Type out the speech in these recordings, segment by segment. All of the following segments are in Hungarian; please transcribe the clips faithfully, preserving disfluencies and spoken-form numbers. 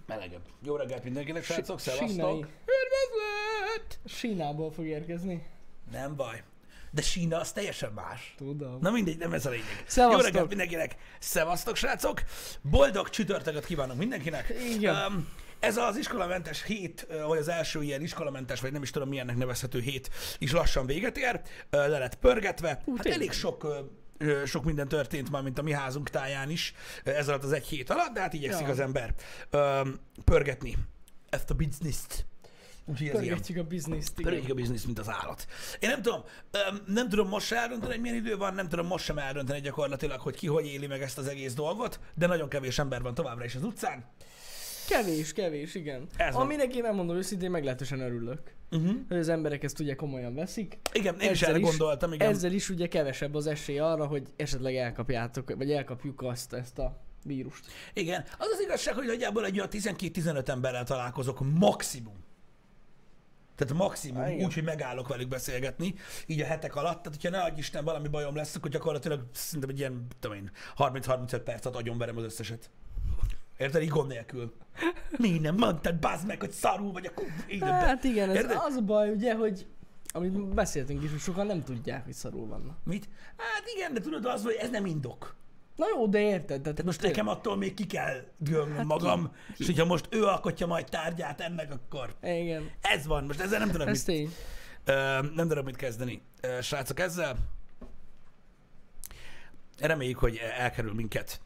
Melegebb. Jó reggelt mindenkinek, srácok, Sínai. szevasztok! Üdvözlet! Sínából fog érkezni. Nem baj. De Sína az teljesen más. Tudom. Na mindegy, nem ez a lényeg. Szevasztok. Jó reggelt mindenkinek! Szevasztok, srácok! Boldog csütörtököt kívánok mindenkinek! Igen. Um, ez az iskolamentes hét, vagy az első ilyen iskolamentes, vagy nem is tudom milyennek nevezhető hét is lassan véget ér. Le lett pörgetve. Ú, Hát tényleg. elég sok, sok minden történt már, mint a mi házunk táján is ez alatt az egy hét alatt, de hát igyekszik Ja. az ember um, pörgetni ezt a business-t. Úgyhogy ez ilyen. Pörgetjük a bizniszt. igen. Pörgetjük a biznisz, mint az állat. Én nem tudom, öm, nem tudom most sem eldönteni, hogy milyen idő van, nem tudom most sem eldönteni gyakorlatilag, hogy ki hogy éli meg ezt az egész dolgot, de nagyon kevés ember van továbbra is az utcán. Kevés, kevés, igen. Ez van. Aminek én nem mondom őszintén, meglehetősen örülök. Uh-huh. Hogy az emberek ezt ugye komolyan veszik. Igen, én is Ezzel erre gondoltam, igen. Ezzel is ugye kevesebb az esély arra, hogy esetleg elkapjátok, vagy elkapjuk azt, ezt a vírust. Igen, az az igazság, hogy nagyjából egy olyan tizenkét-tizenöt emberrel találkozok maximum. Tehát maximum, Há, igen. úgy, hogy megállok velük beszélgetni, így a hetek alatt. Tehát, hogyha ne adj Isten valami bajom lesz, akkor gyakorlatilag szerintem egy ilyen, tudom én, harminc-harmincöt percet agyonverem az összeset. Érted? Így gond nélkül. Mi nem mondtad, bazd meg, hogy szarul vagy a kú... Hát igen, ez Érted? az a baj ugye, hogy amit beszéltünk is, hogy sokan nem tudják, hogy szarul vannak. Mit? Hát igen, de tudod az, hogy ez nem indok. Na jó, de érted? Tehát Most nekem attól még ki kell dőlnöm hát magam, ki? És hogyha most ő alkotja majd tárgyát ennek, akkor Igen, ez van. Most ezzel nem tudok, ez mit, tény. ö, nem tudok mit kezdeni. Ö, srácok, ezzel reméljük, hogy elkerül minket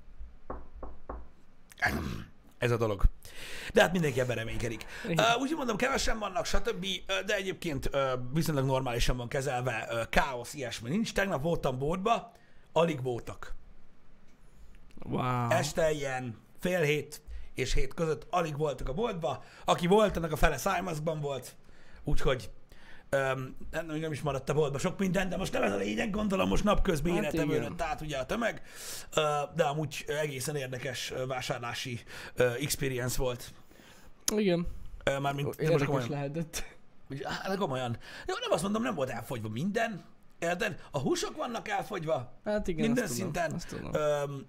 ez a dolog. De hát mindenki ebben reménykedik. Uh, úgy mondom, kevesen vannak, stb., de egyébként uh, viszonylag normálisan van kezelve, uh, káosz, ilyesmi nincs. Tegnap voltam boltba, alig voltak. Wow. Este ilyen fél hét és hét között alig voltak a boltba. Aki volt, annak a fele szájmaszkban volt, úgyhogy um, nem, nem is maradt a boltba sok minden, de most nem ez a lényeg, gondolom most napközben Hát életem igen. önött át ugye a tömeg, uh, de amúgy egészen érdekes uh, vásárlási uh, experience volt. Igen. Uh, Mármint, de most Érdekes komolyan. lehetett. Hát komolyan. Jó, nem azt mondom, nem volt elfogyva minden, érted? A húsok vannak elfogyva, Hát igen, minden azt tudom, szinten. azt tudom. Um,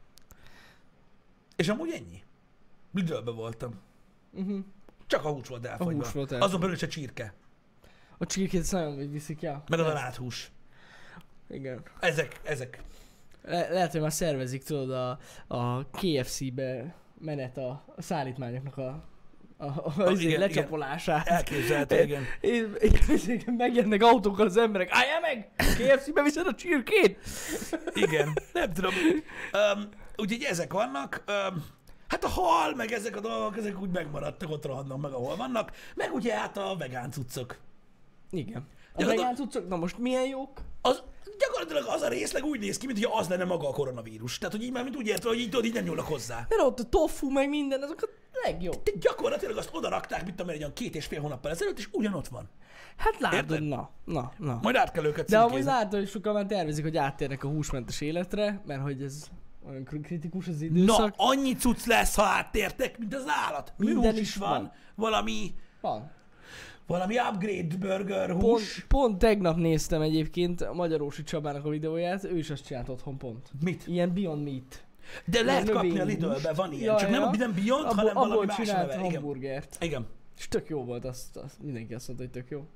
és amúgy ennyi. Lidlbe voltam. Uh-huh. Csak a hús volt elfogyva. hús volt elfogyva. Azon belül is a csirke. A csirkét ezt nagyon viszik, ja. Meg az a Ez- ráthús. Igen. Ezek, ezek. Le- lehet, hogy már szervezik, tudod, a, a ká ef cé-be menet a, a szállítmányoknak a, a, a, a, Ah, a igen, lecsapolását. Elképzelhető, igen. És, és megjelennek autókkal az emberek, álljál meg! ká ef cé-be viszed a csirkét! Igen, nem tudom. Um, úgyhogy ezek vannak. Um, hát a hal, meg ezek a dolgok, ezek úgy megmaradtak, ott rohannak meg, ahol vannak. Meg ugye hát a vegán cuccok. Igen. A Ja, vegán de- cuccok, na most milyen jók? Az, gyakorlatilag az a részleg úgy néz ki, mintha az lenne maga a koronavírus. Tehát, hogy így már mint úgy értve, hogy így tudod, így nem nyúlnak hozzá. Mert ott a tofu, meg minden, azok a legjobb. De gyakorlatilag azt oda rakták, mint amire egy olyan két és fél hónappal ezelőtt, és ugyanott van. Hát látod, Érted? na, na, na. Majd át kell őket De amúgy címkézni. látod, hogy sokan már tervezik, hogy áttérnek a húsmentes életre, mert hogy ez olyan kri- kritikus az időszak. Na, annyi cucc lesz, ha áttértek, mint az állat. Minden Műhús is is van, van. valami, Van. valami upgrade burger Pont, hús. pont tegnap néztem egyébként a Magyarósi Csabának a videóját, ő is azt csinált otthon pont. Mit? Ilyen Beyond Meat. De lehet kapni a növényhús. Lidlbe, van ilyen. Ja, Csak nem, ja. nem Beyond, Abból, hanem valami abból más csinált neve. Igen. hamburgert. Igen. És tök jó volt, azt, azt mindenki azt mondta, hogy tök jó.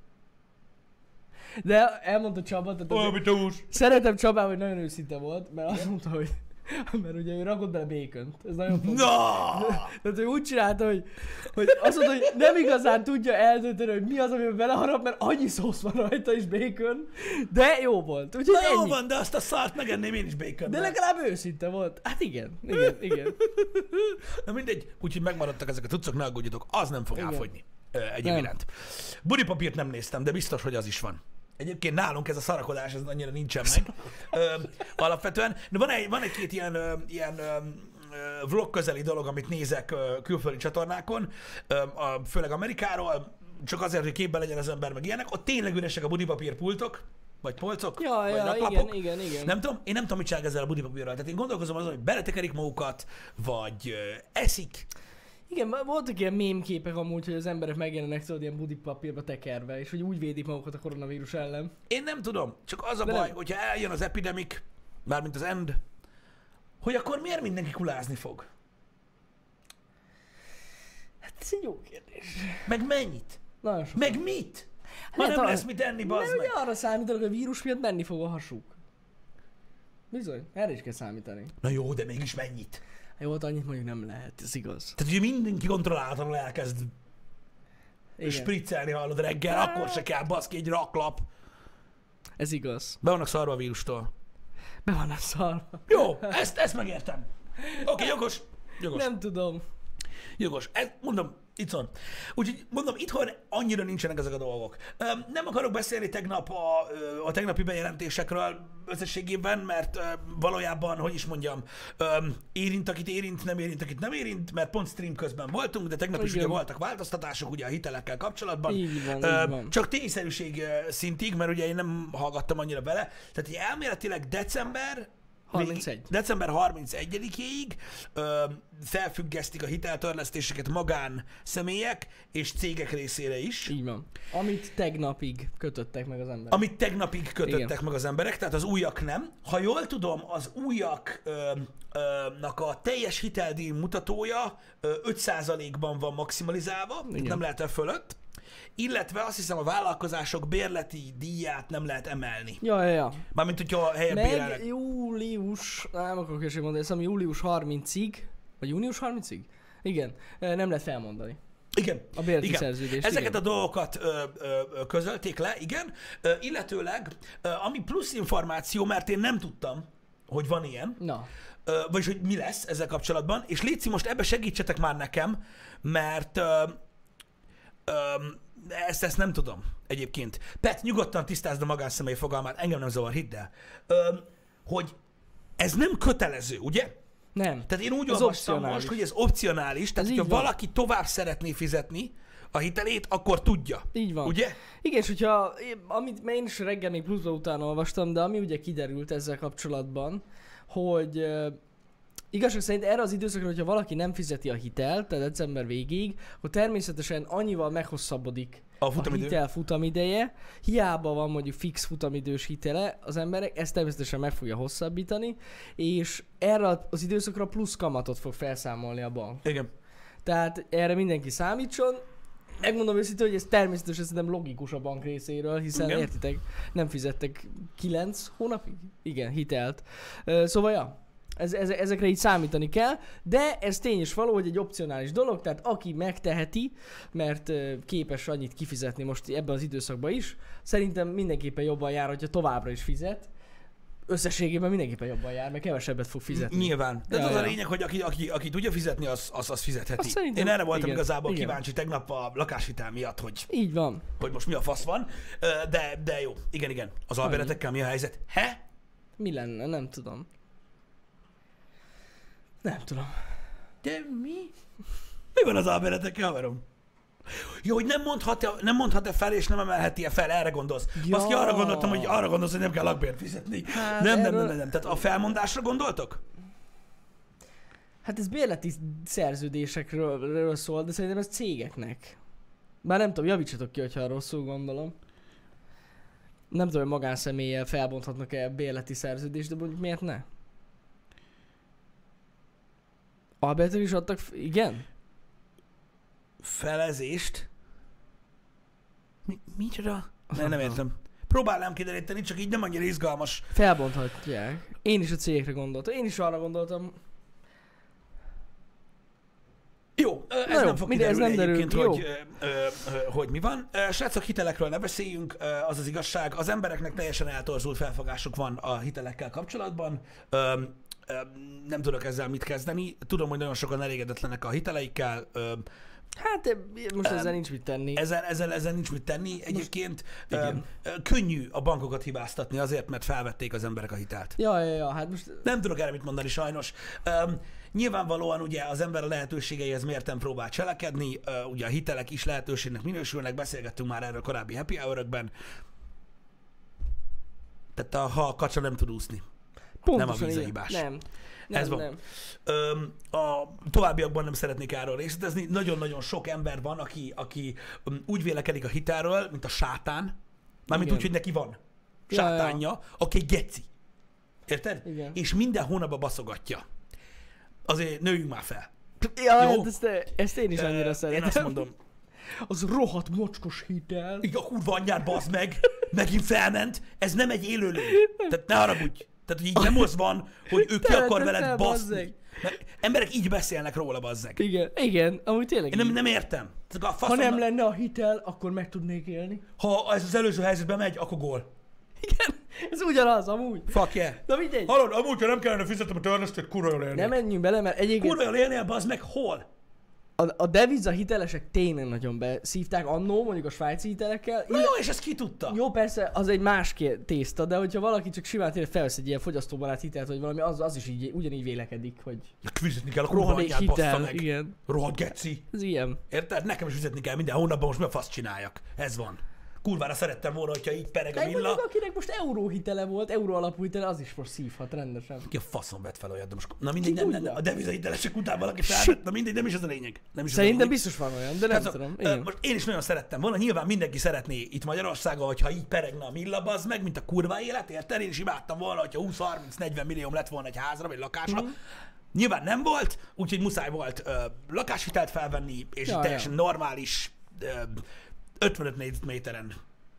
De elmondta Csaba, tehát azért- Olyan, mint a hús. szeretem Csabát, hogy nagyon őszinte volt, mert azt mondta, hogy mert ugye ő rakott bele békönt. Ez nagyon fontos. Na! Tehát ő úgy csinálta, hogy, hogy azt mondta, hogy nem igazán tudja eldönteni, hogy mi az, amiben beleharap, mert annyi szósz van rajta is bacon, de jó volt. Úgyhogy Na jó ennyi. van, de azt a szart megenném én is bacon. De legalább őszinte volt. Hát igen, igen, igen. Na mindegy, úgyhogy megmaradtak ezek a cuccok, ne aggódjatok, az nem fog Igen. elfogyni. Ö, Egyéb iránt. Budipapírt nem néztem, de biztos, hogy az is van. Egyébként nálunk ez a szarakodás, ez annyira nincsen meg. Ö, alapvetően. De van, egy, van egy-két ilyen, ö, ilyen ö, ö, vlog közeli dolog, amit nézek ö, külföldi csatornákon, ö, a, főleg Amerikáról, csak azért, hogy képben legyen az ember, meg ilyenek. Ott tényleg üresek a budipapír pultok, vagy polcok, Ja, vagy ja, raklapok. igen, igen, igen. Nem tudom, én nem tudom, mit csinálják ezzel a budipapírral. Tehát én gondolkozom azon, hogy beletekerik magukat, vagy ö, eszik. Igen, voltak ilyen mémképek amúgy, hogy az emberek megjelennek tudod ilyen budipapírba tekerve, és hogy úgy védik magukat a koronavírus ellen. Én nem tudom, csak az a De baj, nem. hogyha eljön az epidemik, mármint az end, hogy akkor miért mindenki kulázni fog? Ez egy jó kérdés. Meg mennyit? Nagyon sok. Meg mit? Ha Lehet, nem arra- lesz mit enni, bazd Mert meg. ugye arra számítanak, hogy a vírus miatt menni fog a hasuk. Bizony, erre is kell számítani. Na jó, de mégis mennyit? Jó, hát annyit mondjuk nem lehet, ez igaz. Tehát ugye mindenki kontrollálatlanul elkezd Igen. spriccelni, hallod reggel, akkor se kell baszki egy raklap. Ez igaz. Be vannak szarva a vírustól. Be vannak szarva. Jó, ezt, ezt megértem. Oké, okay, jogos. Jogos. Nem tudom. Jogos. Ez, mondom, itt van. Úgyhogy mondom, itthon annyira nincsenek ezek a dolgok. Öm, nem akarok beszélni tegnap a, ö, a tegnapi bejelentésekről összességében, mert ö, valójában, hogy is mondjam, öm, érint, akit érint, nem érint, akit nem érint, mert pont stream közben voltunk, de tegnap is Igen. ugye voltak változtatások ugye a hitelekkel kapcsolatban. Így van, Öm, így van. Csak tényszerűség ö, szintig, mert ugye én nem hallgattam annyira bele. Tehát így elméletileg december harmincegy. december harmincegyedikéig ö, felfüggesztik a hiteltörlesztéseket magán személyek és cégek részére is, Így van. Amit tegnapig kötöttek meg az emberek. amit tegnapig kötöttek Igen. meg az emberek, tehát az újak nem. Ha jól tudom, az újaknak a teljes hiteldíj mutatója ö, öt százalékban van maximalizálva, tehát Igen. nem lehet e fölött, illetve azt hiszem a vállalkozások bérleti díját nem lehet emelni. Ja, ja, ja. Mármint, hogyha helyen bérelnek. Meg július, nem akarok is mondani, ezt július harmincadikáig, vagy június harmincadikáig? Igen, nem lehet felmondani. Igen. A bérleti igen. szerződést, Ezeket igen. a dolgokat ö, ö, ö, közölték le, igen. Ö, illetőleg, ö, ami plusz információ, mert én nem tudtam, hogy van ilyen, Na, ö, vagyis hogy mi lesz ezzel kapcsolatban, és létszi, most ebbe segítsetek már nekem, mert ö, ö, ezt, ezt nem tudom egyébként. Pet, nyugodtan tisztázd a magánszemély fogalmát, engem nem zavar, hidd el. Ö, hogy ez nem kötelező, ugye? nem. Tehát én úgy Ez olvastam opcionális. most, hogy ez opcionális, tehát Ez hogyha így van. valaki tovább szeretné fizetni a hitelét, akkor tudja. Így van. Ugye? Igen, és hogyha, amit én is reggel még pluszba utána olvastam, de ami ugye kiderült ezzel kapcsolatban, hogy uh, igazság szerint erre az időszakra, hogyha valaki nem fizeti a hitelt, tehát december végéig, akkor természetesen annyival meghosszabbodik A a futamidő. hitel futamideje. Hiába van mondjuk fix futamidős hitele az emberek, ezt természetesen meg fogja hosszabbítani, és erre az időszakra plusz kamatot fog felszámolni a bank. Igen. Tehát erre mindenki számítson. Megmondom őszintén, hogy ez természetesen szerintem logikus a bank részéről, hiszen Igen. értitek, nem fizettek kilenc hónapig? Igen, hitelt. Ö, Szóval ja, ez, ez, ezekre így számítani kell, de ez tény is való, hogy egy opcionális dolog, tehát aki megteheti, mert ö, képes annyit kifizetni most ebben az időszakban is, szerintem mindenképpen jobban jár, hogyha továbbra is fizet. Összességében mindenképpen jobban jár, mert kevesebbet fog fizetni. Nyilván. De Ja, az a ja. lényeg, hogy aki, aki, aki tudja fizetni, az, az, az fizetheti. Azt szerintem- Én erre voltam igen, igazából igen. kíváncsi tegnap a lakáshitel miatt, hogy, Így van. hogy most mi a fasz van. Ö, De, de jó. Igen, igen. Az alberetekkel mi a helyzet? He? Mi lenne? Nem tudom. Nem tudom. De mi? Mi van az alberetekkel, haverom? Jó, hogy nem mondhat-e, nem mondhat-e fel, és nem emelheti-e fel, erre gondolsz. Ja. Baszki, arra gondoltam, hogy arra gondolsz, hogy nem kell lakbért fizetni. Hát nem, nem, erről- nem, nem, nem. Tehát a felmondásra gondoltok? Hát ez bérleti szerződésekről ről szól, de szerintem ez cégeknek. Bár nem tudom, javítsatok ki, hogyha rosszul gondolom. Nem tudom, hogy magánszemélyel felbonthatnak-e bérleti szerződést, de mondjuk miért ne? Albertek is adtak, f- igen? Felezést? Mi, micsoda? Ne, nem értem. Próbálnám kideríteni, csak így nem annyira izgalmas. Felbonthatják. Én is a cégekre gondoltam. Én is arra gondoltam. Jó, ö, ez Na jó, nem fog mindegy, ez kiderülni nem egyébként, derül. hogy, ö, ö, ö, hogy mi van. Ö, Srácok, hitelekről ne beszéljünk, ö, az az igazság. Az embereknek teljesen eltorzult felfogásuk van a hitelekkel kapcsolatban. Ö, ö, Nem tudok ezzel mit kezdeni. Tudom, hogy nagyon sokan elégedetlenek a hiteleikkel. Ö, Hát eh, most ezzel nincs mit tenni. Ezzel, ezzel, ezzel nincs mit tenni. Egyébként ö, igen. ö, könnyű a bankokat hibáztatni azért, mert felvették az emberek a hitelt. Ja, ja, ja, hát most... Nem tudok erre mit mondani sajnos. Um, nyilvánvalóan ugye az ember a lehetőségeihez mérten próbál cselekedni, uh, ugye a hitelek is lehetőségnek minősülnek, beszélgettünk már erről korábbi happy hour-ökben. Tehát a, ha a kacsa nem tud úszni. Pontosan nem a víz a igen. hibás. Nem. Nem, Ez van. nem. Öm, a továbbiakban nem szeretnék erről részletezni. Nagyon-nagyon sok ember van, aki, aki öm, úgy vélekedik a hitelről, mint a sátán. Mármint Igen. úgy, hogy neki van Ja, ja. sátánja, aki egy geci. Érted? Igen. És minden hónapban baszogatja. Azért nőjünk már fel. Ja, Jó? hát ezt, ezt én is annyira Én szeretem. azt mondom, Az rohadt mocskos hitel. így a kurva anyját, bazd meg, megint felment, ez nem egy élőlény. Tehát ne haragudj. Tehát, hogy így nem az van, hogy ő ki akar Temetett veled el, bazd baszni. meg. Mert emberek így beszélnek róla, bazzeg. Igen, igen, amúgy tényleg Én nem, így. nem értem. A Ha faszomnak, nem lenne a hitel, akkor meg tudnék élni. ha ez az előző helyzetben megy, akkor gól. Igen, ez ugyanaz amúgy. Fuck yeah. Na mindegy. Hallod, amúgy, ha nem kellene fizetnem a törlesztőt, kurva jól élnél. Nem menjünk bele, mert egyébként Kurva jól élnél, bazd meg, hol? a, a deviza hitelesek tényleg nagyon beszívták annó, mondjuk a svájci hitelekkel. Na jó, és ezt ki tudta? Jó, persze, az egy más ké- tészta, de hogyha valaki csak simán tényleg felvesz egy ilyen fogyasztóbarát hitelt, vagy valami, az, az is így, ugyanígy vélekedik, hogy Fizetni kell a kurva rohadék anyját, bassza hitel, meg. igen. Rohadt geci. Ez ilyen. Érted? Nekem is fizetni kell minden hónapban, most mi a fasz csináljak? Ez van. Kurvára szerettem volna, hogyha így pereg a De villa. mondjuk, akinek most euróhitele volt, euró alapú hitele, az is most szívhat rendesen. Ki a faszon vett fel olyat, de most... Na mindegy, nem, nem, nem, a tudja? devizahitelesek után valaki felvett, na mindegy, nem is az a lényeg. Nem is az a Szerintem lényeg. biztos van olyan, de nem Hát, tudom. ö, Igen. most én is nagyon szerettem volna, nyilván mindenki szeretné itt Magyarországon, hogyha így peregne a milla, bazd meg, mint a kurva élet, érted? Én is imádtam volna, hogyha húsz-harminc-negyven millióm lett volna egy házra, vagy lakásra. Mhm. Nyilván nem volt, úgyhogy muszáj volt ö, lakáshitelt felvenni, és Ja, egy teljesen ja. normális ö, ötvenöt négyzetméteren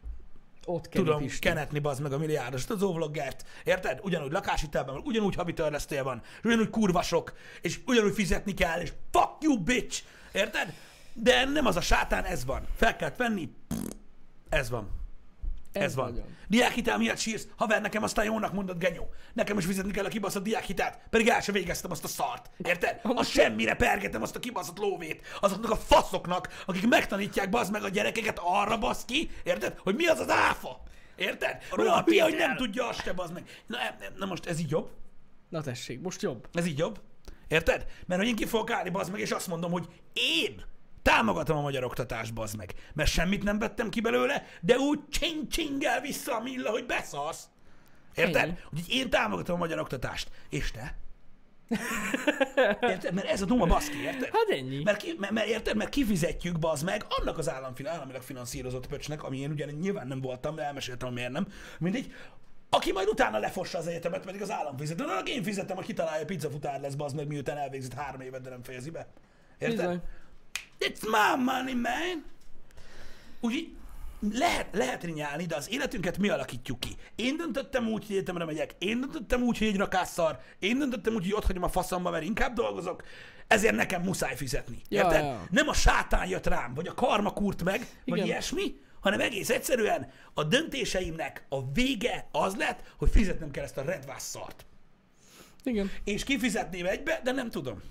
Ott kell tudom Pisti. kenetni, bazd meg a milliárdos az vloggert, érted? Ugyanúgy lakáshitelben van, ugyanúgy havi törlesztője van, és ugyanúgy kurva sok, és ugyanúgy fizetni kell, és fuck you bitch, érted? De nem az a sátán, ez van. Fel kellett venni, pff, ez van. Ez, ez van. nagyon. Diákhitel miatt sírsz, haver, nekem aztán jónak mondod, genyó. Nekem is fizetni kell a kibaszott diákhitelt, pedig el sem végeztem azt a szart. Érted? A semmire pergetem azt a kibaszott lóvét. Azoknak a faszoknak, akik megtanítják bazd meg a gyerekeket arra basz ki, érted? Hogy mi az az áfa. Érted? Rohadt hülye, hogy nem tudja azt se, bazd meg. Na, na most ez így jobb? Na tessék, most jobb. Ez így jobb? Érted? Mert hogy én ki fogok állni, bazd meg, és azt mondom, hogy én támogatom a magyar oktatást, bazd meg. Mert semmit nem vettem ki belőle, de úgy csing-csingel vissza a milla, hogy beszarsz. Érted? Ennyi. Úgyhogy én támogatom a magyar oktatást. És te? Érted? Mert ez a duma baszki, érted? Hát ennyi. Mert, ki, mert, mert érted? Mert kifizetjük, bazd meg, annak az állam, államilag finanszírozott pöcsnek, ami én ugyan nyilván nem voltam, de elmeséltem, hogy miért nem. Mindegy. Aki majd utána lefossa az egyetemet, pedig az állam fizet. Na, én fizetem, hogy kitalálja, pizzafutár lesz, bazd meg, miután elvégzett három évet, de nem fejezi be. Érted? Bizony. It's my money, man! Úgyhogy lehet, lehet rinyálni, de az életünket mi alakítjuk ki. Én döntöttem úgy, hogy egyetemre megyek, én döntöttem úgy, hogy egy rakásszar, én döntöttem úgy, hogy ott hagyom a faszomba, mert inkább dolgozok, ezért nekem muszáj fizetni. Ja, Érted? ja. Nem a sátán jött rám, vagy a karma kúrt meg, vagy Igen. ilyesmi, hanem egész egyszerűen a döntéseimnek a vége az lett, hogy fizetnem kell ezt a redvász szart. Igen. És kifizetném egybe, de nem tudom.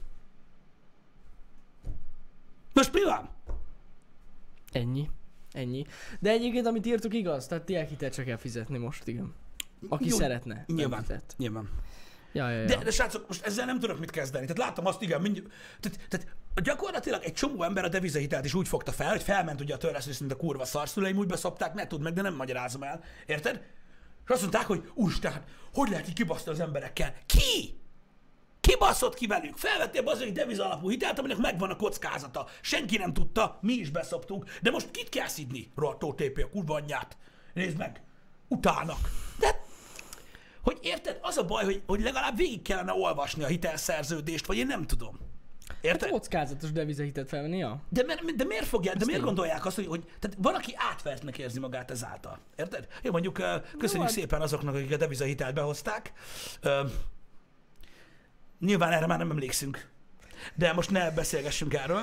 Most mi van? Ennyi. Ennyi. De egyébként, amit írtok, igaz, tehát diákhitelt csak kell fizetni most, igen. Aki Jó, szeretne. nem Nyilván, fizet. nyilván. Ja, ja, ja. De, de srácok, most ezzel nem tudok mit kezdeni. Tehát láttam azt, igen, mindj... tehát, tehát gyakorlatilag egy csomó ember a devizahitelt is úgy fogta fel, hogy felment ugye a törlesztő, mint a kurva szarszüleim úgy beszopták, ne tudd meg, de nem magyarázom el. Érted? És azt mondták, hogy úristen, hát hogy lehet így kibaszni az emberekkel? Ki? Ki baszott ki velük? Felvettél az egy deviza alapú hitelt, aminek megvan a kockázata. Senki nem tudta, mi is beszoptuk, de most kit kell szidni? Rohadt tépé a kurva anyját. Nézd meg, utának. De hogy érted? Az a baj, hogy, hogy legalább végig kellene olvasni a hitelszerződést, vagy én nem tudom. Érted? Hát kockázatos devizahitelt felvenni, ja? De, de, de miért fogják, de miért tény. gondolják azt, hogy, hogy tehát valaki átvertnek érzi magát ezáltal. Érted? Jó, mondjuk uh, köszönjük hát- szépen azoknak, akik a devizahitelt behozták. Uh, nyilván erre már nem emlékszünk. De most ne beszélgessünk erről.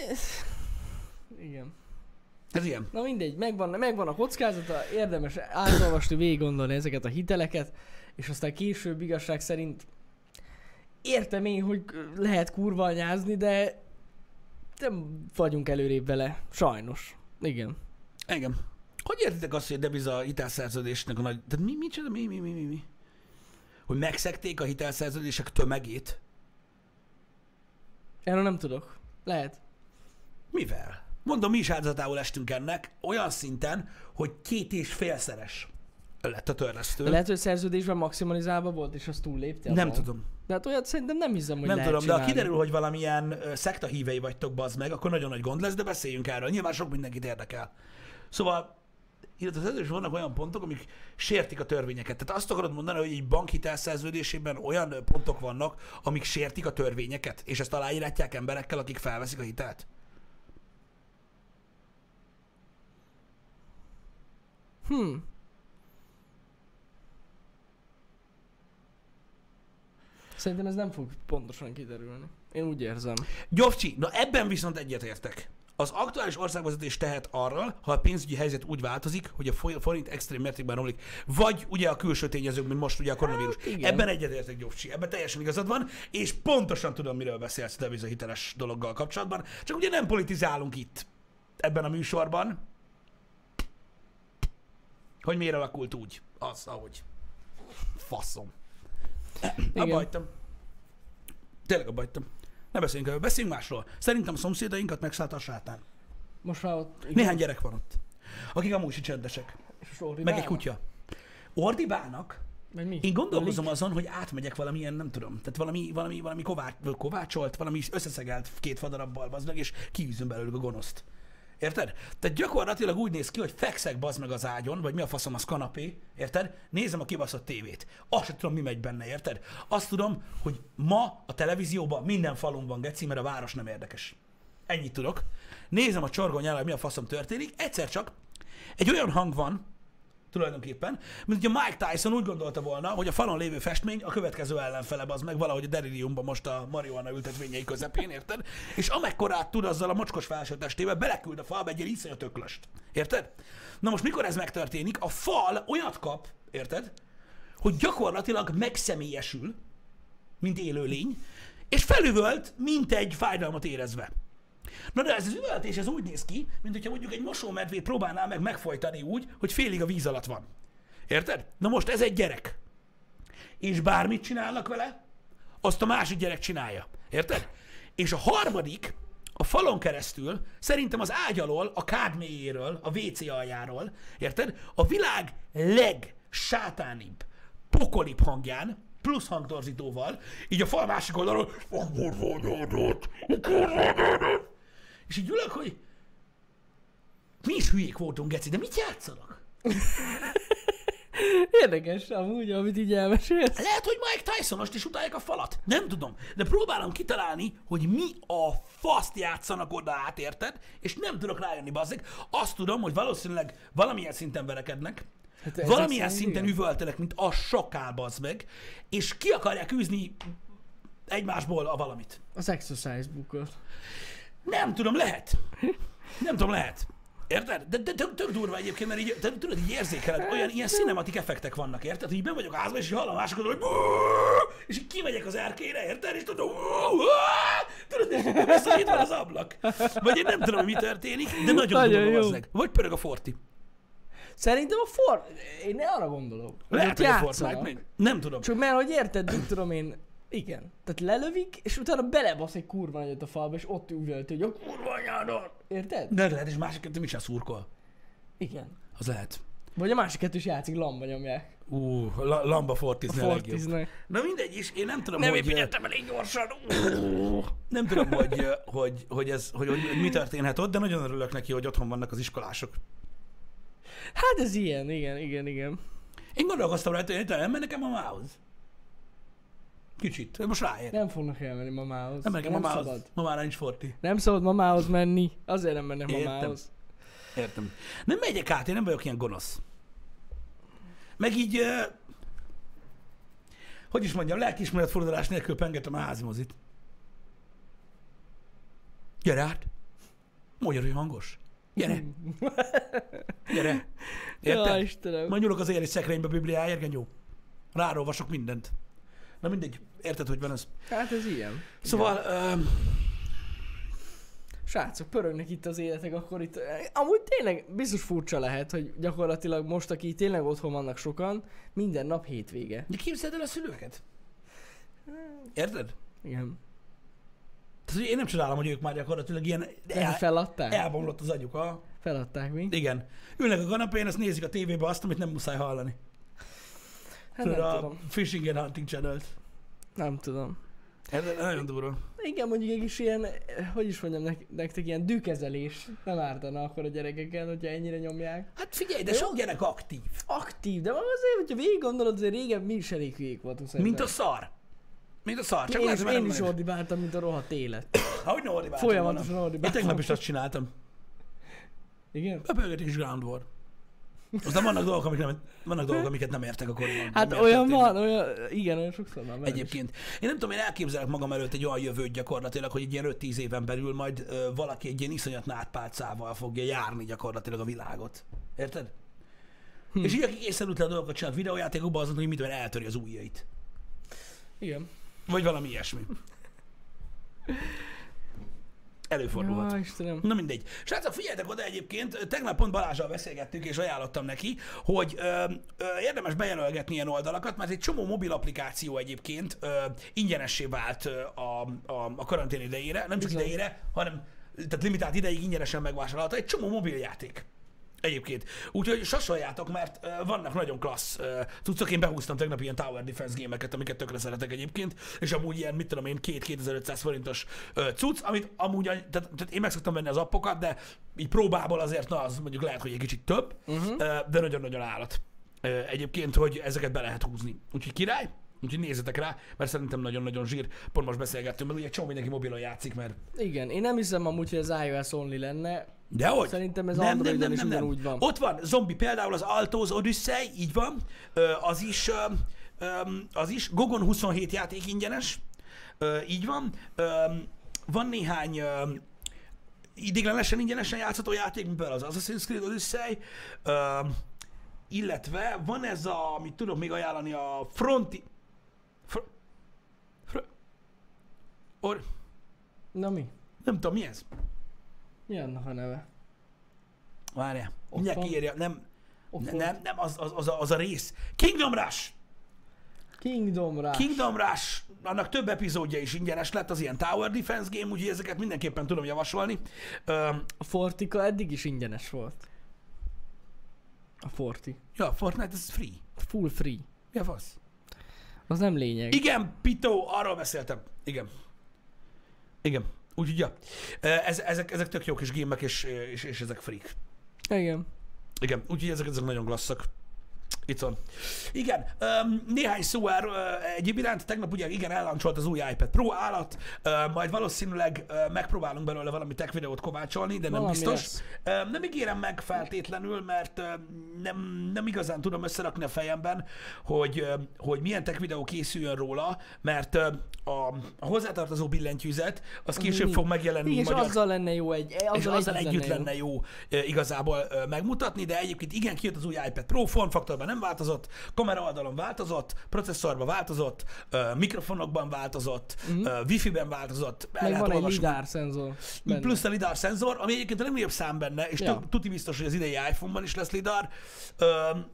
Igen. Ez ilyen. Na mindegy, megvan, megvan a kockázata, érdemes átolvasni, végig gondolni ezeket a hiteleket, és aztán később igazság szerint értem én, hogy lehet kurva anyázni, de nem vagyunk előrébb vele. Sajnos. Igen. Igen. Hogy értitek azt, hogy a deviza hitelszerződésnek a nagy... Tehát mi, mi, csinál? mi, mi, mi, mi, mi? Hogy megszekték a hitelszerződések tömegét? Erről nem tudok. Lehet. Mivel? Mondom, mi is áldozatául estünk ennek, olyan szinten, hogy két és félszeres lett a törlesztő. De lehet, hogy a szerződésben maximalizálva volt, és azt túllépte. Nem abban. tudom. De hát olyat szerintem nem hiszem, hogy Nem lehet tudom, de ha csinálni. kiderül, hogy valamilyen ö, szekta hívei vagytok, bazd meg, akkor nagyon nagy gond lesz, de beszéljünk erről. Nyilván sok mindenkit érdekel. Szóval illetve az is vannak olyan pontok, amik sértik a törvényeket. Tehát azt akarod mondani, hogy egy bank hitelszerződésében olyan pontok vannak, amik sértik a törvényeket, és ezt aláírhatják emberekkel, akik felveszik a hitelt? Hm. Szerintem ez nem fog pontosan kiderülni. Én úgy érzem. Gyofcsi, na ebben viszont egyetértek. Az aktuális országvezetés tehet arra, ha a pénzügyi helyzet úgy változik, hogy a forint extrém mértékben romlik, vagy ugye a külső tényezők, mint most ugye a koronavírus. Hát, ebben egyetértek, Gyofcsi, ebben teljesen igazad van, és pontosan tudom, miről beszélsz a devizahiteles dologgal kapcsolatban, csak ugye nem politizálunk itt ebben a műsorban, hogy miért alakult úgy, az, ahogy. Faszom. Abba hagytam. Tényleg abba hagytam. Ne beszéljünk erről, beszéljünk másról. Szerintem a szomszédainkat megszállta a sátán. Most már ott... Igen. Néhány gyerek van ott, akik amúgy is csendesek. Meg egy kutya. Ordibálnak. Meg mi? Én gondolkozom azon, hogy átmegyek valamilyen, nem tudom, tehát valami, valami, valami kovács, kovácsolt, valami összeszegelt két fadarabbal, bazd meg, és kiűzöm belőlük a gonoszt. Érted? Tehát gyakorlatilag úgy néz ki, hogy fekszek bazd meg az ágyon, vagy mi a faszom az kanapé, érted? Nézem a kibaszott tévét. Azt sem tudom, mi megy benne, érted? Azt tudom, hogy ma a televízióban minden falun van geci, mert a város nem érdekes. Ennyit tudok. Nézem a csorgónyállal, hogy mi a faszom történik. Egyszer csak egy olyan hang van, tulajdonképpen, mint hogy a Mike Tyson úgy gondolta volna, hogy a falon lévő festmény a következő ellenfele, az meg valahogy a deliriumban most a marihuana ültetvényei közepén, érted? És amekkorát tud azzal a mocskos felső testével, beleküld a falba egy ilyen iszonyat öklöst. Érted? Na most mikor ez megtörténik, a fal olyat kap, érted? Hogy gyakorlatilag megszemélyesül, mint élőlény, és felüvölt, mint egy fájdalmat érezve. Na de ez az üvöltés, ez úgy néz ki, mint hogyha mondjuk egy mosómedvét próbálnál meg megfojtani úgy, hogy félig a víz alatt van. Érted? Na most ez egy gyerek. És bármit csinálnak vele, azt a másik gyerek csinálja. Érted? És a harmadik a falon keresztül, szerintem az ágy alól, a kád mélyéről, a vé cé aljáról, érted? A világ legsátánibb, pokolibb hangján, plusz hangtorzítóval, így a fal másik oldalról, és így ülök, hogy mi is hülyék voltunk, geci, de mit játszanak? Érdekes amúgy, amit így elmesélsz. Lehet, hogy Mike Tysonost is utálják a falat. Nem tudom, de próbálom kitalálni, hogy mi a faszt játszanak oda át, érted? És nem tudok rájönni, bazzeg. Azt tudom, hogy valószínűleg valamilyen szinten verekednek, hát valamilyen szinten igen. Üvöltenek, mint a sokál, bazd meg, és ki akarják űzni egymásból a valamit. Az exercise bookot. Nem tudom, lehet. Nem tudom, lehet. Érted? De, de, de tök durva egyébként, mert így, de, tudod, így érzékeled, olyan ilyen cinematik effektek vannak, érted? Hogy így ben vagyok házban, és így hallom másokat, hogy és így kimegyek az erkélyre, érted? És tudod, tudod, és vissza itt van az ablak. Vagy én nem tudom, hogy mi történik, de nagyon, nagyon durva vazzeg. Vagy pörög a Forti. Szerintem a Fort... Én ne arra gondolok. Lehet, hogy a Fortnite még. Nem tudom. Csak mert, hogy érted, mit tudom én, igen. Tehát lelövik, és utána belebasz egy kurva nagyot a falba, és ott üvölt, hogy a kurva anyádat. Érted? De lehet, és másik kettő is szurkol. Igen. Az lehet. Vagy a másik kettő is játszik, lamba nyomják. Ú, uh, la, lamba Fortizni a legjobb. Na mindegy is, én nem tudom, nem hogy... Nem építettem elég gyorsan. Nem tudom, hogy, hogy, hogy, ez, hogy, hogy mi történhet ott, de nagyon örülök neki, hogy otthon vannak az iskolások. Hát ez ilyen, igen, igen, igen. Én gondolkoztam rajta, hogy nem mennek mamához. Kicsit, most ráér. Nem fognak elmenni mamához. Nem mennek mamához. Szabad. Mamára nincs Forti. Nem szabad mamához menni, azért nem mennek Értem. mamához. Értem. Nem megyek át, én nem vagyok ilyen gonosz. Meg így, uh, hogy is mondjam, lelkiismeret fordulás nélkül pengetem a házimozit. Gyere át. Magyarul hangos. Gyere. Gyere. Érted? Ja, Istenem. Majd nyúlok az éjjeli szekrénybe Bibliáért, genyó. Rárolvasok mindent. Na mindegy, érted, hogy van ez? Hát ez ilyen. Szóval... Um... Srácok, pörögnek itt az életek, akkor itt... Amúgy tényleg biztos furcsa lehet, hogy gyakorlatilag most, aki tényleg otthon vannak sokan, minden nap hétvége. De képzeld el a szülőket? Érted? Igen. Tehát, hogy én nem csodálom, hogy ők már gyakorlatilag ilyen... El, feladták? Elbomlott az agyuk, ha? Feladták mi? Igen. Ülnek a kanapén, azt nézik a tévébe azt, amit nem muszáj hallani. Hát Tudod, nem a tudom. Fishing and Hunting Channel-t. Nem tudom. Ez nagyon durva. Igen, mondjuk egy kis ilyen, hogy is mondjam nek- nektek, ilyen dűkezelés nem ártana akkor a gyerekeken, hogyha ennyire nyomják. Hát figyelj, de Jó. sok gyerek aktív. Aktív, de azért, hogyha végig gondolod, azért régen mi is elég hülyék voltunk szerintem. Mint a szar. Mint a szar. Csak Én, lehet, is, hogy én nem is van- ordibáltam, mint a rohadt élet. Ahogy ne ordibáltam Folyamatosan volna. Én ordibáltam. tegnap is azt csináltam. Igen? Bepörgetés Ground War. Aztán vannak dolgok, amik nem, vannak dolgok, amiket nem értek a korban. Hát Nem olyan értették. van, olyan, igen, olyan sokszor van. velem is. Egyébként. Én nem tudom, én elképzelek magam előtt egy olyan jövőt gyakorlatilag, hogy egy ilyen öt-tíz éven belül majd ö, valaki egy ilyen iszonyat nátpálcával fogja járni gyakorlatilag a világot. Érted? Hm. És így aki készenült le a dolgokat csinált videójátékokban, azon, hogy mit tudom, eltöri az ujjait. Igen. Vagy valami ilyesmi. Előfordulhat. Ja, Istenem. Na mindegy. Srácok, figyeljetek oda egyébként, tegnap pont Balázsral beszélgettünk, és ajánlottam neki, hogy ö, ö, érdemes bejelölgetni ilyen oldalakat, mert egy csomó mobil applikáció egyébként ö, ingyenessé vált ö, a, a, a karantén idejére, nem csak Bizony. idejére, hanem tehát limitált ideig ingyenesen megvásárolható egy csomó mobiljáték. Egyébként. Úgyhogy sasoljátok, mert uh, vannak nagyon klassz uh, cuccok. Én behúztam tegnap ilyen Tower Defense gémeket, amiket tökre szeretek egyébként, és amúgy ilyen, mit tudom én, két-kétezer-ötszáz forintos uh, cucc, amit amúgy, tehát, tehát én meg szoktam venni az appokat, de így próbából azért, na az mondjuk lehet, hogy egy kicsit több, uh-huh. uh, de nagyon-nagyon állat. Uh, egyébként, hogy ezeket be lehet húzni. Úgyhogy király, úgyhogy nézzetek rá, mert szerintem nagyon-nagyon zsír. Pont most beszélgettünk, mert ugye csomó mindenki mobilon játszik, mert... Igen, én nem hiszem amúgy, hogy az iOS only lenne. Dehogy? Szerintem ez nem, nem, Androiden nem, is nem, nem. ugyanúgy van. Ott van zombi, például az Altos Odyssey, így van, Ö, az is, ö, ö, az is, Gogon huszonhét játék ingyenes, Ö, így van, Ö, van néhány ö, ideiglenesen ingyenesen játszható játék, mint például az Assassin's Creed Odyssey, Ö, illetve van ez a, amit tudok még ajánlani, a Fronti... Fr... Fr... Or... Na mi? Nem tudom, mi ez? Mi annak a neve? Várjál, mindjárt van. kiírja, nem, Ott ne, volt. nem, nem, az, az, az, a, az a rész. Kingdom Rush! Kingdom Rush. Kingdom Rush, annak több epizódja is ingyenes lett, az ilyen Tower Defense game, úgyhogy ezeket mindenképpen tudom javasolni. Öm, A Fortika eddig is ingyenes volt. A Forti. ja, Fortnite, ez free. Full free. Mi a fasz? Az nem lényeg. Igen, Pito, arról beszéltem. Igen. Igen. Úgyhogy, ja. Ez, ezek, ezek tök jó kis gémek, és, és, és ezek freak. Igen. Igen, úgyhogy ezek, ezek nagyon klasszak. Itt van. Igen, um, néhány szó erről uh, egyéb iránt. Tegnap ugye igen, ellancsolt az új iPad Pro állat, uh, majd valószínűleg uh, megpróbálunk belőle valami tech videót kovácsolni, de nem Valami biztos. lesz. Uh, nem ígérem meg feltétlenül, mert uh, nem, nem igazán tudom összerakni a fejemben, hogy, uh, hogy milyen tech videó készüljön róla, mert uh, a, a hozzátartozó billentyűzet, az később fog megjelenni. Igen, és magyar... azzal lenne jó egy... Azzal és azzal együtt, együtt lenne jó, jó igazából megmutatni, de egyébként igen, kijött az új iPad Pro, formfaktorban nem változott, kamera oldalon változott, processzorban változott, mikrofonokban változott, uh-huh. Wi-Fi-ben változott. Meg van egy lidar szenzor benne. Plusz a lidar szenzor, ami egyébként a legnagyobb szám benne, és Ja. tuti biztos, hogy az idei iPhone-ban is lesz lidar. Öm,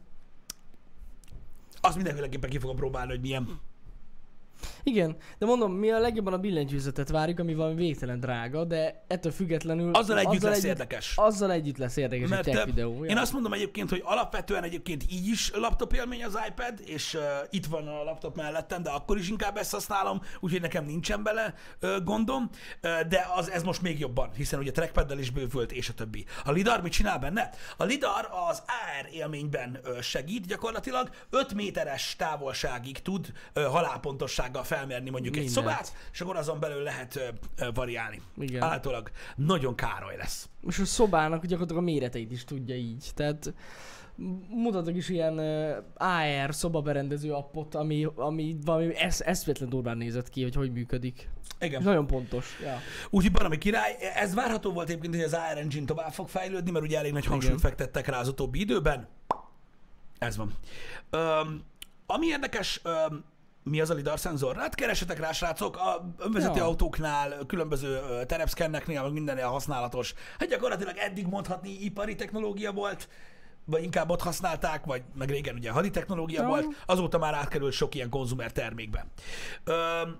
azt mindenféleképpen ki fogom próbálni, hogy milyen. Igen, de mondom, mi a legjobban a billentyűzetet várjuk, ami valami végtelen drága, de ettől függetlenül... Azzal együtt lesz érdekes. Azzal együtt lesz érdekes Mert egy tech ö, videó. én azt mondom egyébként, hogy alapvetően egyébként így is laptop élmény az iPad, és uh, itt van a laptop mellettem, de akkor is inkább ezt használom, úgyhogy nekem nincsen bele uh, gondom, uh, de az, ez most még jobban, hiszen ugye trackpaddel is bővült, és a többi. A lidar mit csinál benne? A lidar az á er élményben uh, segít gyakorlatilag, öt méteres távolságig tud uh, halálpontossággal felmérni mondjuk Mindent. egy szobát, és akkor azon belül lehet uh, uh, variálni. Igen. Állítólag nagyon károly lesz. És a szobának gyakorlatilag a méreteit is tudja így. Tehát mutatok is ilyen uh, á er szobaberendező appot, ami, ami valami esz, eszméletlen durván nézett ki, hogy hogy működik. Igen. Nagyon pontos. Ja. Úgyhogy valami király. Ez várható volt egyébként, hogy az á er Engine tovább fog fejlődni, mert ugye elég nagy hangsúlyt Igen. fektettek rá az utóbbi időben. Ez van. Öm, ami érdekes, öm, mi az a lidar szenzor? Hát keresetek rá, srácok, a önvezető Ja. autóknál, különböző ö, terepszkenneknél, meg mindennél használatos. Hát gyakorlatilag eddig mondhatni ipari technológia volt, vagy inkább ott használták, vagy meg régen ugye hadi technológia Ja. volt, azóta már átkerült sok ilyen konzumer termékbe. Öm,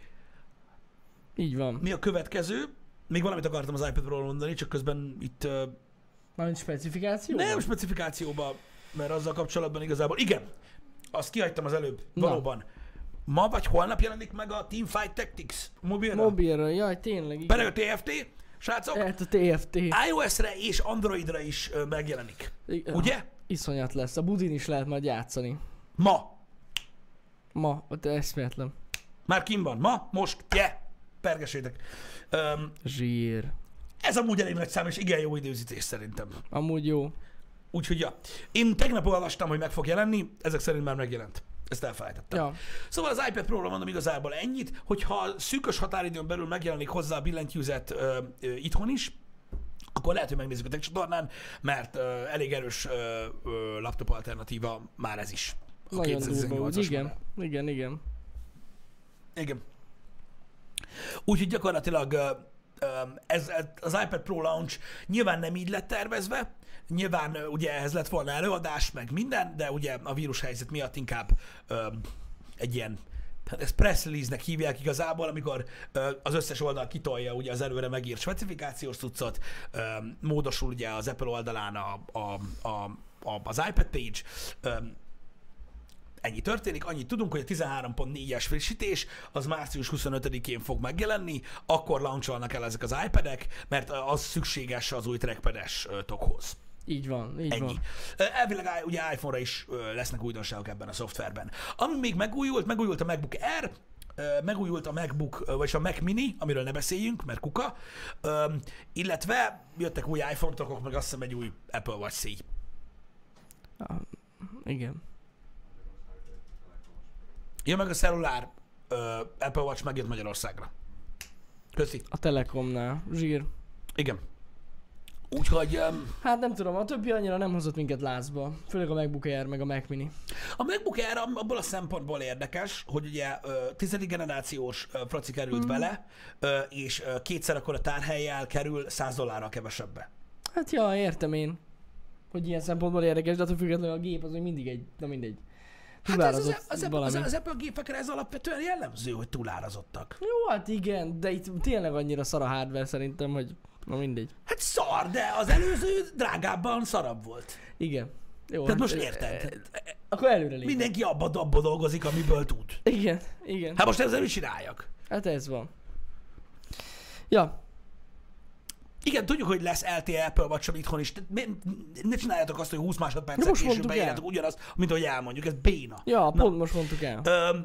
Így van. mi a következő? Még valamit akartam az iPad Pro-ról mondani, csak közben itt uh, Van specifikáció? nem specifikációba, mert azzal kapcsolatban igazából, igen, azt kihagytam az előbb, Na. valóban. ma vagy holnap jelenik meg a Teamfight Tactics mobilra. Mobilra, jaj, tényleg. Pedig a té ef té, srácok, Hát a té ef té. iOS-re és Androidra is ö, megjelenik. Igen. Ugye? Iszonyat lesz. A budin is lehet majd játszani. Ma. Ma, ott eszméletlen. Már kim van. Ma, most, yeah. Pergesétek. Um, Zsír. ez amúgy elég nagy szám, és igen jó időzítés szerintem. Amúgy jó. Úgyhogy ja. Én tegnap olvastam, hogy meg fog jelenni, ezek szerint már megjelent. Ezt elfelejtettem. Ja. Szóval az iPad Pro-ra mondom igazából ennyit, hogyha szűkös határidőn belül megjelenik hozzá a billentyűzet ö, ö, itthon is, akkor lehet, hogy megnézzük a tech csatornán, mert ö, elég erős ö, ö, laptop alternatíva már ez is. A Nagyon durva, úgy. kétszáztizennyolcas Igen. modell. Igen, igen. Igen. Úgyhogy gyakorlatilag ö, ö, ez, ez, az iPad Pro launch nyilván nem így lett tervezve, nyilván ö, ugye ehhez lett volna előadás, meg minden, de ugye a vírus helyzet miatt inkább ö, egy ilyen, hát ezt press release-nek hívják igazából, amikor ö, az összes oldal kitolja ugye az előre megírt specifikációs cuccot, ö, módosul ugye az Apple oldalán a, a, a, a, az iPad page, ö, ennyi történik, annyit tudunk, hogy a tizenhárom pont négyes frissítés az március huszonötödikén fog megjelenni, akkor launcholnak el ezek az iPad-ek, mert az szükséges az új trackpad-es ö, tokhoz. Így van, így Ennyi. van. Ö, Elvileg á- ugye iPhone-ra is ö, lesznek újdonságok ebben a szoftverben. Ami még megújult, megújult a MacBook Air, ö, megújult a MacBook, ö, vagyis a Mac Mini, amiről ne beszéljünk, mert kuka, ö, illetve jöttek új iPhone-tokok, meg azt hiszem egy új Apple Watch C. Ah, igen. Jön meg a cellulár ö, Apple Watch, megjött Magyarországra. Köszi. A Telekomnál. Zsír. Igen. Úgyhogy um, Hát nem tudom, a többi annyira nem hozott minket lázba. Főleg a MacBook Air meg a Mac Mini. a MacBook Air ab- abból a szempontból érdekes, hogy ugye ö, tizedik generációs ö, proci került mm. bele, ö, és ö, kétszer akkor a tárhellyel kerül száz dollárral kevesebbe. Hát ja, értem én. Hogy ilyen szempontból érdekes, de attól függetlenül a gép az még mindig egy, na mindegy. Hát ez az, Túlárazott az, az, valami. az, az Apple gépekre ez alapvetően jellemző, hogy túlárazottak. Jó, hát igen, de itt tényleg annyira szar a hardware szerintem, hogy na mindegy. Hát szar, de az előző drágábban szarabb volt. Igen. Jó, Tehát hát, most ö, érted? ö, Akkor előre lépünk. Mindenki abba, abba dolgozik, amiből tud. Igen, igen. Hát most ezzel mit csináljak? Hát ez van. Ja, Igen, tudjuk, hogy lesz el té e Apple Watch itthon is. Tehát mi- ne csináljátok azt, hogy húsz De másodpercet most később mondtuk beírjátok el. ugyanazt, mint ahogy elmondjuk. Ez béna. ja, Na. pont most mondtuk el. Öm,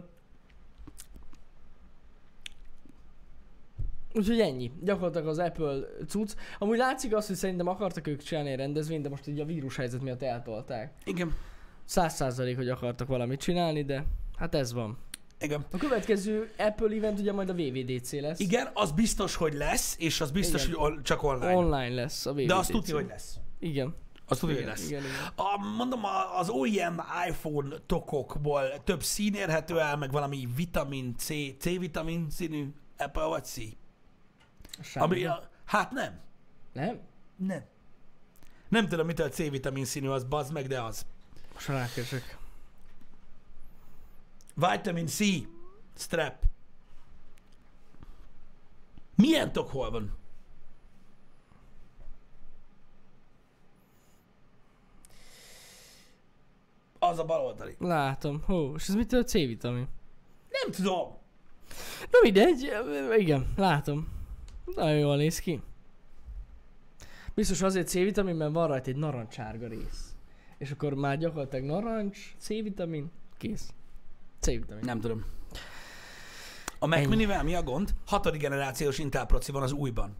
Úgyhogy ennyi. Gyakorlatilag az Apple cucc. Amúgy látszik azt, hogy szerintem akartak ők csinálni egy rendezvényt, de most így a vírushelyzet miatt eltolták. igen, Száz százalék, hogy akartak valamit csinálni, de hát ez van. igen. A következő Apple event ugye majd a vé vé dé cé lesz. Igen, az biztos, hogy lesz, és az biztos, Igen. hogy on, csak online. Online lesz a vé vé dé cé. De azt tudja, hogy lesz. Igen. Azt tudja, Igen, hogy lesz. igen, igen. A, mondom, a- az o e em iPhone tokokból több szín érhető el, meg valami vitamin C, C-vitamin színű Apple Watch C. Ami, Sárga. a, hát nem. Nem? Nem. Nem tudom, mitől C-vitamin színű az, bazd meg, de az. Most rákeresek. Vitamin C. Strap. Milyen tok hol van? Az a bal oldali. Látom. Hó, és ez mitől C-vitamin? Nem tudom. Na mindegy, igen, látom. Nagyon jól néz ki. Biztos azért C-vitamin, mert van rajta egy narancsárga rész. És akkor már gyakorlatilag narancs, C-vitamin, kész. C-vitamin. Nem tudom. A Mac Ennyi. Minivel mi a gond? Hatodik generációs Intel proci van az újban.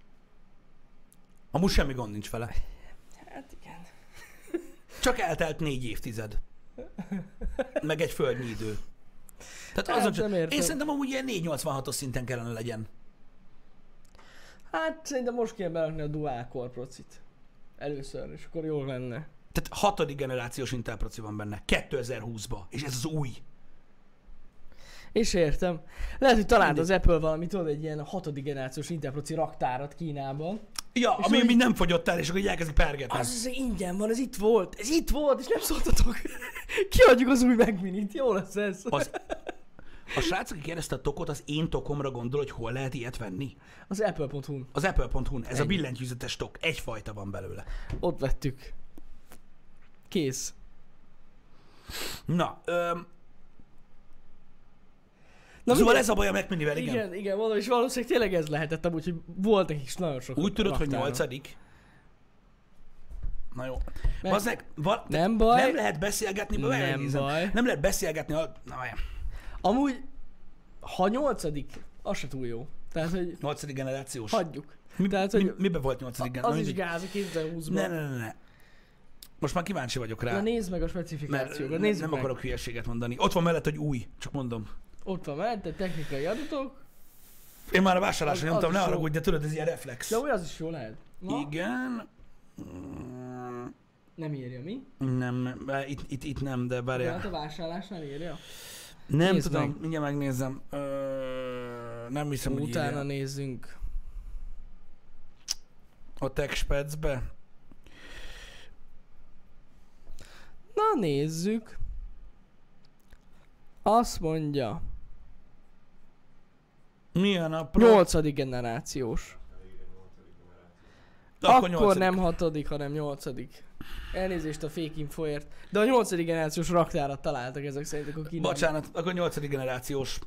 Amúgy semmi gond nincs vele. Hát igen. Csak eltelt négy évtized. Meg egy földnyi idő. Tehát Hát azon nem csak... értem. Én szerintem amúgy ilyen négyszáznyolcvanhatos szinten kellene legyen. Hát szerintem most kéne berakni a dual core procit. Először, és akkor jól lenne. Tehát hatodik generációs Intel proci van benne. kétezer-húszba. És ez az új. És értem. Lehet, hogy talált Mindegy. az Apple valami, tudod, egy ilyen hatodik generációs Intel proci raktárat Kínában. Ja, És ami hogy- még nem fogyott el, és akkor így elkezdik pergetni. Az, az ingyen van, ez itt volt, ez itt volt, és nem szóltatok. Kiadjuk az új Mac Minit, jó lesz ez. Az, a srác, aki kérdezte a tokot, az én tokomra gondol, hogy hol lehet ilyet venni? Az apple pont hu-n. Az apple pont hu-n. Ez Ennyi. a billentyűzetes tok. Egyfajta van belőle. Ott vettük. Kész. Na, öm, Na, szóval minden- ez a baj a Mac Minivel, igen. Igen, igen, mondom, és valószínűleg tényleg ez lehetett amúgy, hogy voltak is nagyon sok Úgy tudod, hogy raktára. nyolcadik? Na jó. Meg- Bazdmeg, val- Nem baj. nem lehet beszélgetni, Nem megnézem. baj. Nem lehet beszélgetni, a... na várjál. Amúgy, ha nyolcadik, az se túl jó. Tehát, hogy Nyolcadik generációs. hagyjuk. Mi, Tehát, mi, hogy miben volt nyolcadik az generációs? is gáz a kétezer-húszban. Ne, ne, ne, ne. Most már kíváncsi vagyok rá. Na nézd meg a Mert specifikációkat, nem, nézzük nem meg. akarok hülyeséget mondani. Ott van mellett, hogy új, csak mondom. Ott van mellette technikai adatok, Én már a vásárlásra Az- nyomtam, az ne is jó. haragudj, de tudod, ez ilyen reflex. de úgy az is jó lehet. Na, Igen. Mm, nem írja mi? Nem, bár itt, itt, itt nem, de Tehát várjál. a vásárlásnál írja. Nem Nézd tudom, meg. mindjárt megnézem. Ö, nem hiszem, hogy Utána írja. nézzünk. A TechSpec-be. Na nézzük. Azt mondja, Milyen a Pro? nyolcadik generációs. Akkor, Akkor nyolcadik. nem hatodik, hanem nyolcadik. Elnézést a fake infoért. De a nyolcadik generációs raktárat találtak ezek szerint, akkor ki nem. Bocsánat, akkor nyolcadik generációs.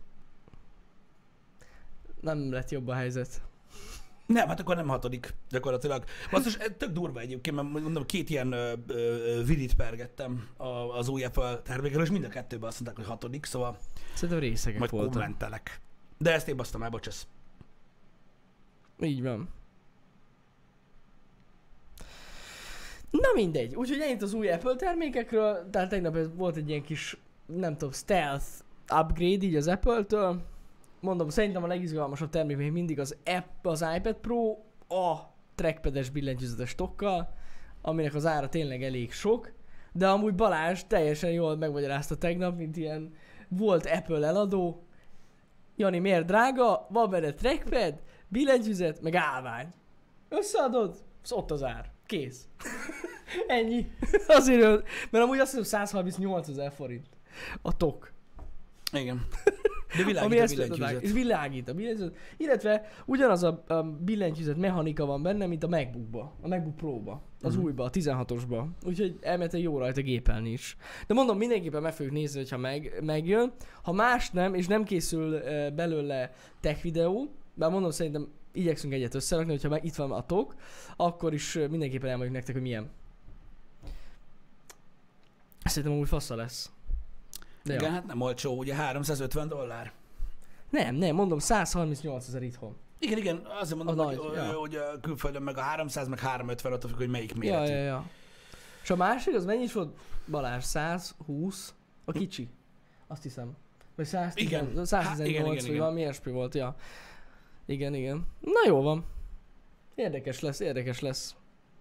Nem lett jobb a helyzet. Nem, hát akkor nem hatodik, gyakorlatilag. Basszus, ez tök durva egyébként, mert mondom, két ilyen ö, ö, vidit pergettem a- az új Apple termékről, és mind a kettőben azt mondták, hogy hatodik, szóval Szerintem részegek majd voltak. kommentelek. De ezt én basztam el, bocsász. Így van. Na mindegy, úgyhogy ennyit az új Apple termékekről, tehát tegnap ez volt egy ilyen kis, nem tudom, stealth upgrade így az Apple-től. Mondom, szerintem a legizgalmasabb termék még mindig az app, az iPad Pro a trackpades billentyűzetes tokkal, aminek az ára tényleg elég sok, de amúgy Balázs teljesen jól megmagyarázta tegnap, mint ilyen volt Apple eladó. Jani, miért drága? Van benne trackpad, billentyűzet, meg állvány. Összeadod, az ott az ár. Kész. Ennyi. Azért, ö- mert amúgy azt hiszem százharmincnyolc ezer forint. A tok. Igen. De világít Ami a ezt billentyűzet. és világít a billentyűzet. Illetve ugyanaz a, a billentyűzet mechanika van benne, mint a MacBookba, a MacBook Pro-ba, az Mhm. újba, a tizenhatosba. Úgyhogy elméletileg jó rajta gépelni is. De mondom, mindenképpen meg fogjuk nézni, hogyha meg, megjön. Ha más nem, és nem készül uh, belőle tech videó, bár mondom, szerintem igyekszünk egyet összerakni, hogyha meg itt van a tok, akkor is uh, mindenképpen elmondjuk nektek, hogy milyen. Szerintem amúgy fassa lesz. De Igen, ja. hát nem olcsó, ugye háromszázötven dollár. Nem, nem, mondom, százharmincnyolc ezer itthon. Igen, igen, azért mondom, A hogy, nagy, hogy, ja. hogy a külföldön meg a háromszáz, meg háromszázötven, attól függ, hogy melyik Ja, méretű. ja, ja. És a másik, az mennyi is volt? Balázs, százhúsz? A kicsi. Azt hiszem. Vagy száztíz, Igen. Há- igen, száztizennyolc, igen, vagy igen. valami ilyesmi volt, ja. Igen, igen. Na jó van. Érdekes lesz, érdekes lesz.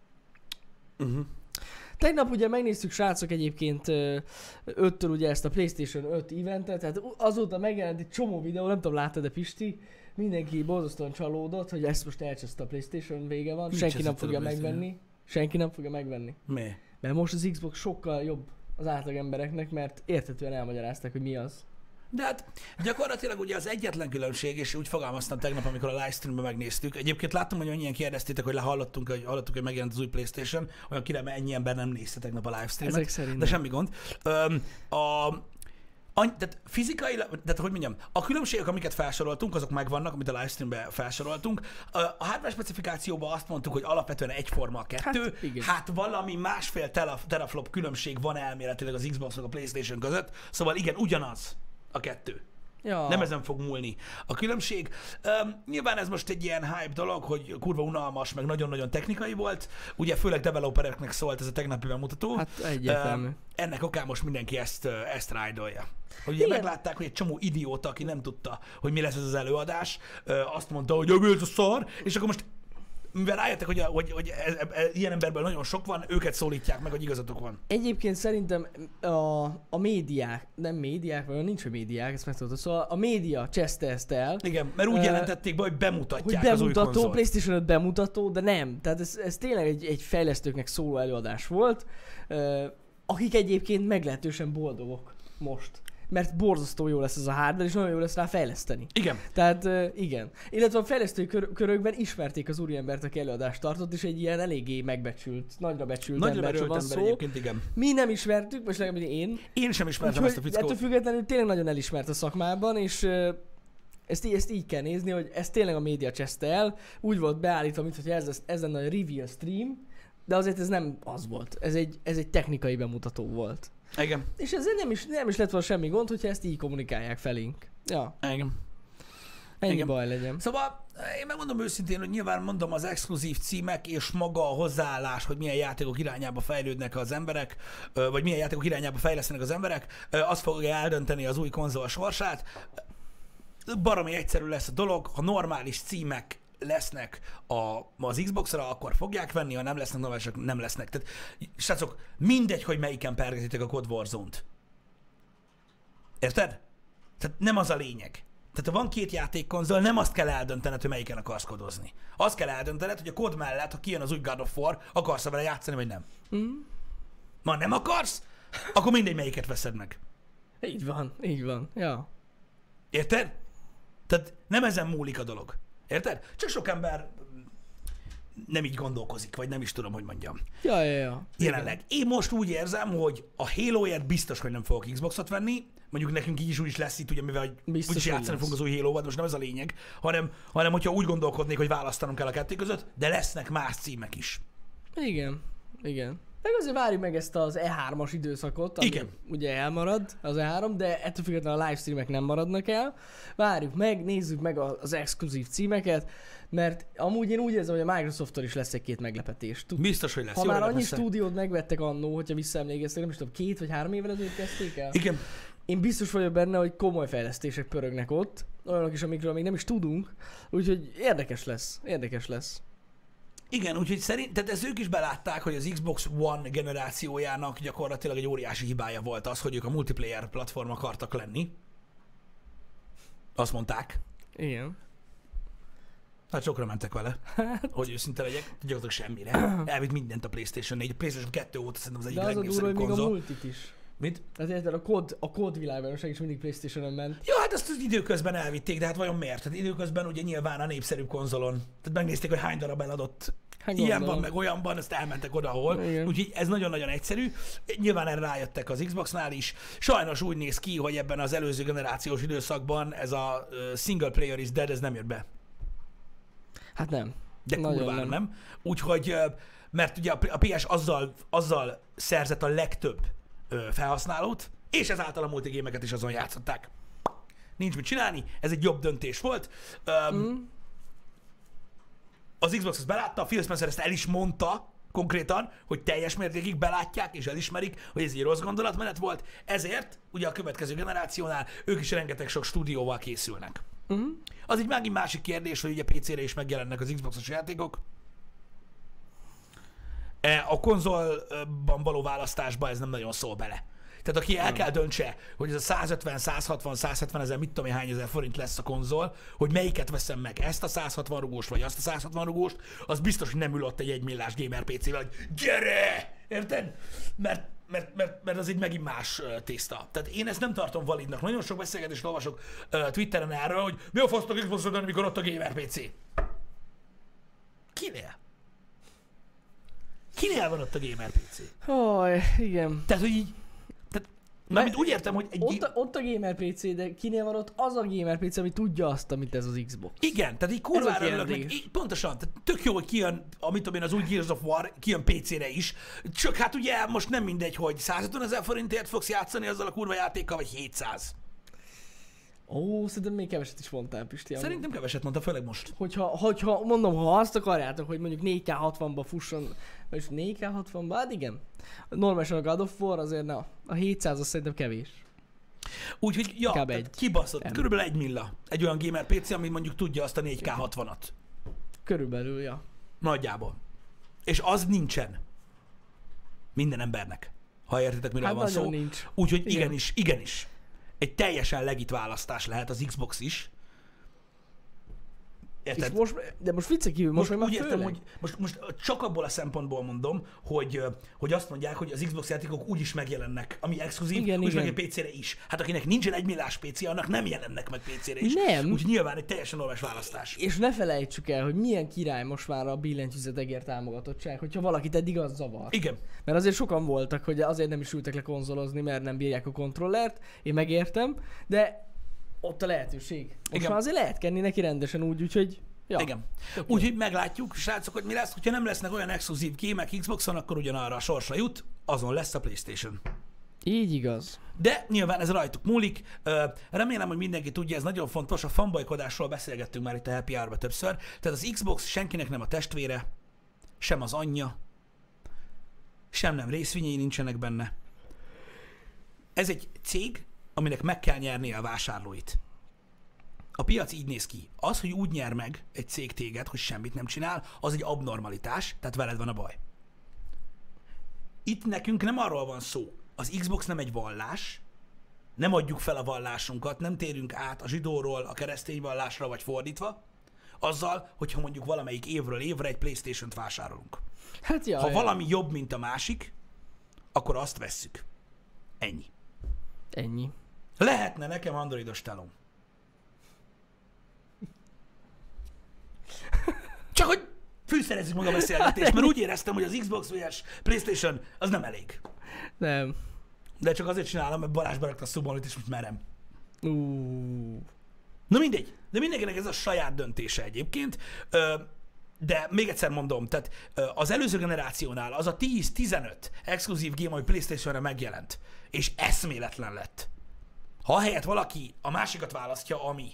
Uh-huh. Tegnap ugye megnéztük, srácok, egyébként ö, öttől ugye ezt a PlayStation öt eventet, tehát azóta megjelent egy csomó videó, nem tudom, láttad de Pisti? Mindenki borzasztóan csalódott, hogy ezt most elcseszte a PlayStation, vége van, Mit senki nem csesztetted fogja a PlayStation? megvenni. Senki nem fogja megvenni. Mi? Mert most az Xbox sokkal jobb az átlag embereknek, mert érthetően elmagyarázták, hogy mi az. De hát gyakorlatilag ugye az egyetlen különbség, és úgy fogalmaztam tegnap, amikor a livestreamben megnéztük. Egyébként láttam, hogy annyian kérdeztétek, hogy lehallottunk, hogy hallottuk, hogy megjelent az új PlayStation, olyan kire, mert ennyi ember nem nézte tegnap a livestreamet. Ezek szerint De nem. semmi gond. Öm, a, Any, tehát fizikai, tehát hogy mondjam, a különbségek, amiket felsoroltunk, azok megvannak, amit a livestreamben felsoroltunk. A a hardware specifikációban azt mondtuk, hogy alapvetően egyforma a kettő. Hát, igen. Hát valami másfél tera- teraflop különbség van elméletileg az Xbox meg a PlayStation között, szóval igen, ugyanaz a kettő. Ja. Nem ezen fog múlni a különbség. Um, nyilván ez most egy ilyen hype dolog, hogy kurva unalmas, meg nagyon-nagyon technikai volt. Ugye főleg developereknek szólt ez a tegnapi bemutató. Hát egyértelmű. Um, ennek okán most mindenki ezt, ö, ezt rájdolja. Hogy ugye Igen. meglátták, hogy egy csomó idióta, aki nem tudta, hogy mi lesz ez az előadás, ö, azt mondta, hogy "Ja, mi ez a szar, és akkor most mivel rájöttek, hogy, a, hogy, hogy ez, ez, ilyen emberből nagyon sok van, őket szólítják meg, hogy igazatok van. Egyébként szerintem a, a médiák, nem médiák, vagy nincs a médiák, ezt megtudod, szóval a média cseszte ezt el, Igen, mert úgy Ö, jelentették be, hogy hogy bemutatják az új bemutató, konzolt. PlayStation öt bemutató, de nem. Tehát ez, ez tényleg egy, egy fejlesztőknek szóló előadás volt, ö, akik egyébként meglehetősen boldogok most. mert borzasztó jó lesz ez a hardware, és nagyon jó lesz rá fejleszteni. Igen. Tehát uh, igen. Illetve a fejlesztői kör- körökben ismerték az úriembert, aki előadást tartott, és egy ilyen eléggé megbecsült, nagyra becsült Nagyra emberről becsült van ember szó. egyébként, igen. Mi nem ismertük, most legalábbis én. Én sem ismertem Úgyhogy ezt a fickót. ettől függetlenül tényleg nagyon elismert a szakmában, és uh, ezt, így, ezt így kell nézni, hogy ez tényleg a média cseszte el. Úgy volt beállítva, mintha ez, ez lenne a reveal stream, de azért ez nem az volt. Ez egy, ez egy technikai bemutató volt. Igen. És ezzel nem is, nem is lett volna semmi gond, hogyha ezt így kommunikálják felénk. Ja, Igen. ennyi Igen. baj legyen. Szóval én megmondom őszintén, hogy nyilván mondom az exkluzív címek és maga a hozzáállás, hogy milyen játékok irányába fejlődnek az emberek, ö, vagy milyen játékok irányába fejlesztenek az emberek, ö, az fogja eldönteni az új konzol sorsát. Baromi egyszerű lesz a dolog, ha normális címek lesznek a, az Xbox-ra, akkor fogják venni, ha nem lesznek normálisak, nem lesznek. Tehát, srácok, mindegy, hogy melyiken pergetitek a Cod Warzone-t. Érted? Tehát nem az a lényeg. Tehát ha van két játékkonzol, nem azt kell eldöntened, hogy melyiken akarsz kodozni. Azt kell eldöntened, hogy a kod mellett, ha kijön az új God of War, akarsz vele játszani, vagy nem. Mm. Ma nem akarsz, akkor mindegy, melyiket veszed meg. Így van, így van, ja. Érted? Tehát nem ezen múlik a dolog. Érted? Csak sok ember nem így gondolkozik, vagy nem is tudom, hogy mondjam. Ja, ja, ja. Jelenleg. Én most úgy érzem, hogy a Halo-ért biztos, hogy nem fogok Xboxot venni. Mondjuk nekünk így is úgy is lesz itt, ugye, mivel Biztos, úgyis hogy játszani lesz. fogunk az új Halo-val, most nem ez a lényeg, hanem, hanem hogyha úgy gondolkodnék, hogy választanom kell a kettő között, de lesznek más címek is. Igen, igen. Meg azért várjuk meg ezt az E hármas időszakot, ami Igen. ugye elmarad az E három, de ettől függetlenül a livestreamek nem maradnak el. Várjuk meg, nézzük meg a- az exkluzív címeket, mert amúgy én úgy érzem, hogy a Microsofttól is lesz egy-két meglepetés. Tud, Biztos, hogy lesz. ha Jó már lenne annyi persze. stúdiót megvettek annó, hogyha visszaemlékeztek, nem is tudom, két vagy három évvel ezelőtt kezdték el. Igen. Én biztos vagyok benne, hogy komoly fejlesztések pörögnek ott, olyanok is, amikről még nem is tudunk, úgyhogy érdekes lesz, érdekes lesz. Igen, úgyhogy szerint, tehát ezt ők is belátták, hogy az Xbox One generációjának gyakorlatilag egy óriási hibája volt az, hogy ők a multiplayer platform akartak lenni. Azt mondták. Igen. Hát sokra mentek vele, hogy őszinte legyek, gyakorlatilag semmire. Elvitt mindent a PlayStation négy. A PlayStation kettő óta szerintem az egyik De az a durva, legnépszerűbb hogy még a konzol. multit is. Mit? Tehát érted, a kód, a kód világbajnokság is mindig PlayStation-on ment. Jó, hát azt az időközben elvitték, de hát vajon miért? Tehát időközben ugye nyilván a népszerűbb konzolon. Tehát megnézték, hogy hány darab eladott. Hát Ilyen gondolom. van, meg olyanban, azt elmentek oda, ahol. Igen. Úgyhogy ez nagyon-nagyon egyszerű. Nyilván erre rájöttek az Xboxnál is. Sajnos úgy néz ki, hogy ebben az előző generációs időszakban ez a uh, single player is dead, ez nem jött be. Hát nem. De Nagyon kurvára nem. nem. Úgyhogy, ö, mert ugye a pé es azzal, azzal szerzett a legtöbb ö, felhasználót, és ezáltal a multigémeket is azon játszották. Nincs mit csinálni, ez egy jobb döntés volt. Öm, Mm. Az Xbox ezt belátta, a Phil Spencer ezt el is mondta konkrétan, hogy teljes mértékig belátják és elismerik, hogy ez egy rossz gondolatmenet volt, ezért ugye a következő generációnál ők is rengeteg sok stúdióval készülnek. Mm. Az egy megint másik kérdés, hogy ugye pé cére is megjelennek az Xboxos játékok. E, A konzolban való választásba ez nem nagyon szól bele. Tehát aki el kell döntse, hogy ez a százötven, százhatvan, százhetven ezer, mit tudom én hány ezer forint lesz a konzol, hogy melyiket veszem meg, ezt a százhatvan rugóst vagy azt a százhatvan rugóst, az biztos, hogy nem ül ott egy egymillás gamer pé cével, hogy gyere! Érted? Mert, mert, mert, mert az egy megint más uh, tészta. Tehát én ezt nem tartom validnak. Nagyon sok beszélgetést olvasok uh, Twitteren erről, hogy mi a fasztok Xboxon, amikor ott a gamer pé cé. Kinél? Kinél van ott a gamer pé cé? Oj, igen. Tehát, hogy így... Tehát, mármint úgy értem, hogy egy... Ott a, ott a gamer pé cé, de kinél van ott az a gamer pé cé, ami tudja azt, amit ez az Xbox. Igen, tehát így kurvára a örülök kérdés. neki. Így, pontosan, tehát tök jó, hogy kijön, amit tudom én, az új Gears of War, kijön pé cére is. Csak hát ugye most nem mindegy, hogy százötven ezer forintért fogsz játszani azzal a kurva játékkal, vagy hétszáz. Ó, szerintem még keveset is mondtál, Pisti. amúgy. Szerintem keveset mondta, főleg most. Hogyha, hogyha, mondom, ha azt akarjátok, hogy mondjuk négy ká hatvanba fusson, vagy négy ká hatvanba, hát igen. Normálisan a God of War azért na, a hétszáz az szerintem kevés. Úgyhogy, ja, Inkább tehát egy. kibaszott. Nem. Körülbelül egy milla. Egy olyan gamer pé cé, ami mondjuk tudja azt a négy ká hatvanat. Körülbelül, ja. Nagyjából. És az nincsen. Minden embernek. Ha értitek, miről Hát van nagyon szó. nincs. Úgyhogy Igen. igenis, igenis. Egy teljesen legit választás lehet az Xbox is. Érted? És most, de most viccek kívül, most, Most most úgy már értem, főleg. hogy most, most csak abból a szempontból mondom, hogy, hogy azt mondják, hogy az Xbox játékok úgy is megjelennek, ami exkluzív, Igen, úgy is igen. meg pé cére is. Hát akinek nincsen egy millás pé cé, annak nem jelennek meg pé cére is. Nem. Úgyhogy nyilván egy teljesen normális választás. És ne felejtsük el, hogy milyen király most már a billentyűzet egér támogatottság, hogyha valakit eddig az zavar. Igen. Mert azért sokan voltak, hogy azért nem is ültek le konzolozni, mert nem bírják a kontrollert, én megértem, de ott a lehetőség. Most Igen. már azért lehet kenni neki rendesen úgy, úgyhogy... Ja. Igen. Úgyhogy meglátjuk, srácok, hogy mi lesz. Hogyha nem lesznek olyan exkluzív gémek Xboxon, akkor ugyanarra a sorsra jut, azon lesz a PlayStation. Így igaz. De nyilván ez rajtuk múlik. Ö, Remélem, hogy mindenki tudja, ez nagyon fontos. A fanboykodásról beszélgettünk már itt a Happy Hour-ba többször. Tehát az Xbox senkinek nem a testvére, sem az anyja, sem nem részvényei nincsenek benne. Ez egy cég, aminek meg kell nyernie a vásárlóit. A piac így néz ki. Az, hogy úgy nyer meg egy cég téged, hogy semmit nem csinál, az egy abnormalitás, tehát veled van a baj. Itt nekünk nem arról van szó. Az Xbox nem egy vallás, nem adjuk fel a vallásunkat, nem térünk át a zsidóról a keresztény vallásra, vagy fordítva, azzal, hogyha mondjuk valamelyik évről évre egy PlayStation-t vásárolunk. Hát ja, Ha ja. valami jobb, mint a másik, akkor azt vesszük. Ennyi. Ennyi. Lehetne nekem androidos telom. Csak hogy fűszerezzük meg a beszélgetést, mert úgy éreztem, hogy az Xbox versus PlayStation az nem elég. Nem. De csak azért csinálom, mert Balázs berakta a szubalit, és most merem. Uh. Na mindegy, de mindenkinek ez a saját döntése egyébként. Ö, De még egyszer mondom, tehát ö, az előző generációnál az a tíz-tizenöt exkluzív game, ami PlayStation-re megjelent, és eszméletlen lett. Ha helyett valaki a másikat választja, ami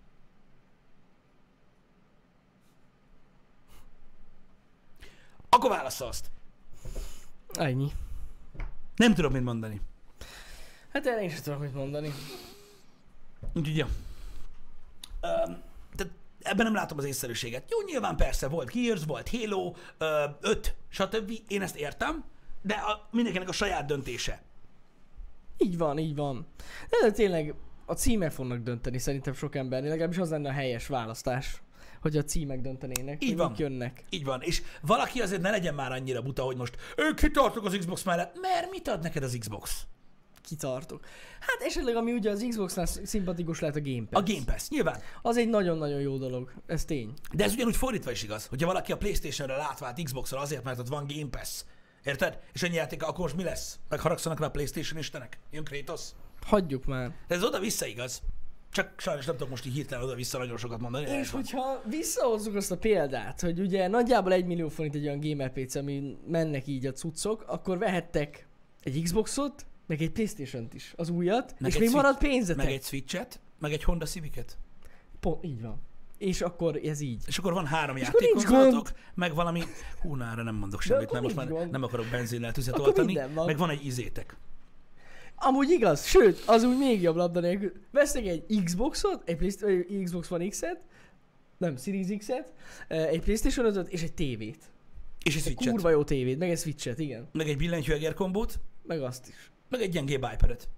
akkor válassza azt. Ennyi. Nem tudok mit mondani. Hát erre én sem tudok mit mondani. Úgyhogy, ja. Öm, tehát ebben nem látom az észszerűséget. Jó, nyilván persze volt Gears, volt Halo, öt, stb. Én ezt értem, de a, mindenkinek a saját döntése. Így van, így van. De, de tényleg a címek fognak dönteni szerintem sok embernél, legalábbis az lenne a helyes választás, hogy a címek döntenének, Így hogy van. mik jönnek. Így van, és valaki azért ne legyen már annyira buta, hogy most ők kitartok az Xbox mellett, mert mit ad neked az Xbox? Kitartok. Hát esetleg ami ugye az Xboxnál szimpatikus lehet a Game Pass. A Game Pass, nyilván. Az egy nagyon-nagyon jó dolog, ez tény. De ez ugyanúgy fordítva is igaz, hogyha valaki a PlayStation-re látvált Xbox-ra azért, mert ott van Game Pass. Érted? És ennyi játék, akkor most mi lesz? Megharagszanak rá a PlayStation istenek? Jön Kratos? Hagyjuk már. De ez oda-vissza igaz. Csak sajnos nem tudok most így hirtelen oda-vissza nagyon sokat mondani. de És ez van. hogyha visszahozzuk azt a példát, hogy ugye nagyjából egy millió forint egy olyan gamer pé cé, ami mennek így a cuccok, akkor vehettek egy Xboxot, meg egy Playstation-t is, az újat, Meg és egy még Switch- marad pénzetek. Meg egy Switch-et, meg egy Honda Civic-et. Pont, így van. És akkor ez így. És akkor van három És akkor nincs játékkonzolotok, meg valami... Hú, na, erre nem mondok semmit, akkor mert most nincs már gond. nem akarok benzinnel tüzet Akkor oltani. minden van. Meg van egy izétek. Amúgy igaz, sőt, az úgy még jobb labda nélkül. Vesznek egy Xboxot, egy Playsta- egy Xbox One X-et, nem, Series X-et, eh, egy PlayStation ötöt és egy tévét. És egy Egy Switch-et. kurva jó tévét, meg egy Switch-et, igen. Meg egy billentyűeger kombót, Meg azt is. meg egy gyengébb iPad-et.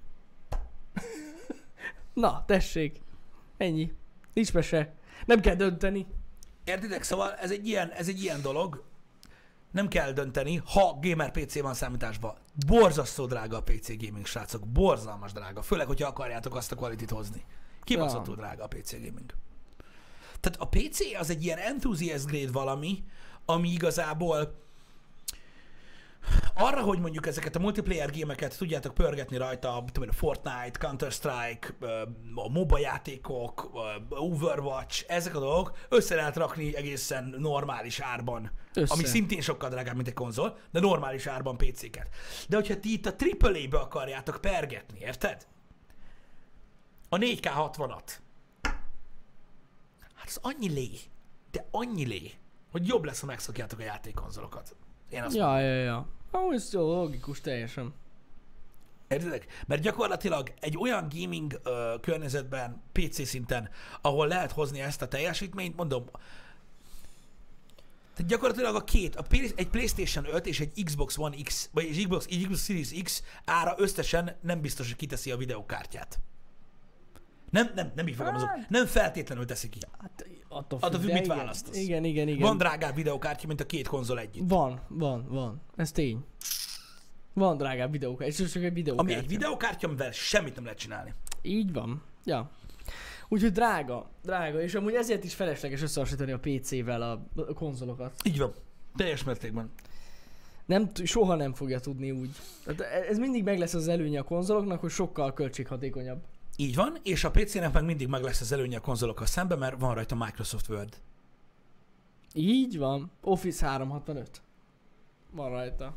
Na, tessék. Ennyi. Nincs mese. Nem kell dönteni. Értitek? Szóval ez egy ilyen, ez egy ilyen dolog. Nem kell dönteni, ha gamer pé cé van számításban. Borzasztó drága a pé cé gaming, srácok. Borzalmas drága. Főleg, hogyha akarjátok azt a quality-t hozni. Kibaszottul drága a pé cé gaming. Tehát a pé cé az egy ilyen enthusiast grade valami, ami igazából arra, hogy mondjuk ezeket a multiplayer gémeket tudjátok pörgetni rajta, tudom én, a Fortnite, Counter-Strike, a MOBA játékok, Overwatch, ezek a dolgok össze lehet rakni egészen normális árban. Össze. Ami szintén sokkal drágább, mint egy konzol, de normális árban pé céket. De hogyha ti itt a á á á-be akarjátok pergetni, érted? A négy ká hatvanat. Hát az annyi lé, de annyi lé, hogy jobb lesz, ha megszokjátok a játékkonzolokat. Én azt Ja, ja, ja. Ó, ez jó, logikus teljesen. Értitek? Mert gyakorlatilag egy olyan gaming ö, környezetben, pé cé szinten, ahol lehet hozni ezt a teljesítményt, mondom, tehát gyakorlatilag a két, a, egy PlayStation öt és egy Xbox One X, vagy egy Xbox, egy Xbox Series X ára összesen nem biztos, hogy kiteszi a videókártyát. Nem, nem, nem így fogalmazok. Nem feltétlenül teszi ki. Hát Attól Attól függ, de mit igen. választasz. Igen, igen, igen. Van drágább videokártya, mint a két konzol együtt. Van, van, van. Ez tény. Van drágább videókártya, és ez csak egy videókártya. Ami egy videokártya, amivel semmit nem lehet csinálni. Így van. Ja. Úgyhogy drága, drága, és amúgy ezért is felesleges összehasonlítani a pé cével a a konzolokat. Így van. Teljes mértékben. Nem, t- soha nem fogja tudni úgy. Tehát ez mindig meg lesz az előnye a konzoloknak, hogy sokkal költséghatékonyabb. Így van, és a pé cének meg mindig meg lesz az előnye a konzolokkal szemben, mert van rajta Microsoft Word. Így van. Office háromszázhatvanöt. Van rajta.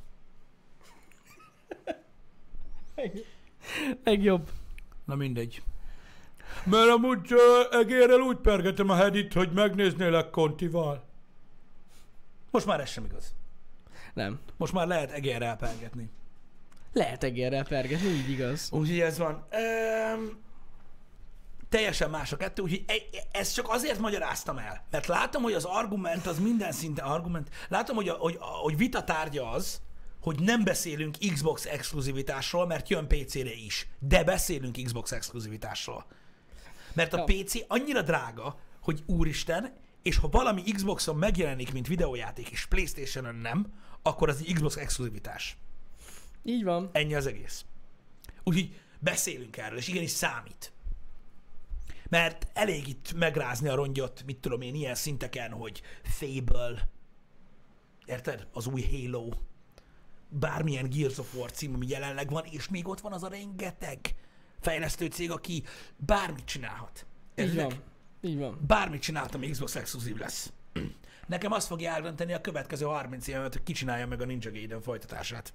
Leg- Legjobb. Na mindegy. Mert amúgy uh, egérrel úgy pergetem a headit, hogy megnéznélek Kontival. Most már ez sem igaz. Nem. Most már lehet egérrel pergetni. Lehet egérrel pergetni, így igaz. Úgyhogy ez van. Um, teljesen más a kettő, úgyhogy e- ezt csak azért magyaráztam el, mert látom, hogy az argument az minden szinten argument. Látom, hogy, a, hogy, a, hogy vita tárgya az, hogy nem beszélünk Xbox exkluzivitásról, mert jön pé cére is. De beszélünk Xbox exkluzivitásról. Mert a Ja. pé cé annyira drága, hogy úristen, és ha valami Xboxon megjelenik, mint videójáték, és PlayStation-on nem, akkor az egy Xbox exkluzivitás. Így van. Ennyi az egész. Úgyhogy beszélünk erről, és igenis számít. Mert elég itt megrázni a rongyot, mit tudom én, ilyen szinteken, hogy Fable, érted? Az új Halo, bármilyen Gears of War cím, ami jelenleg van, és még ott van az a rengeteg fejlesztő cég, aki bármit csinálhat. Így Érted? van. Így van. Bármit csináltam, ami Xbox exkluzív lesz. Nekem azt fogja eldönteni a következő harminc évemet, hogy ki csinálja meg a Ninja Gaiden folytatását.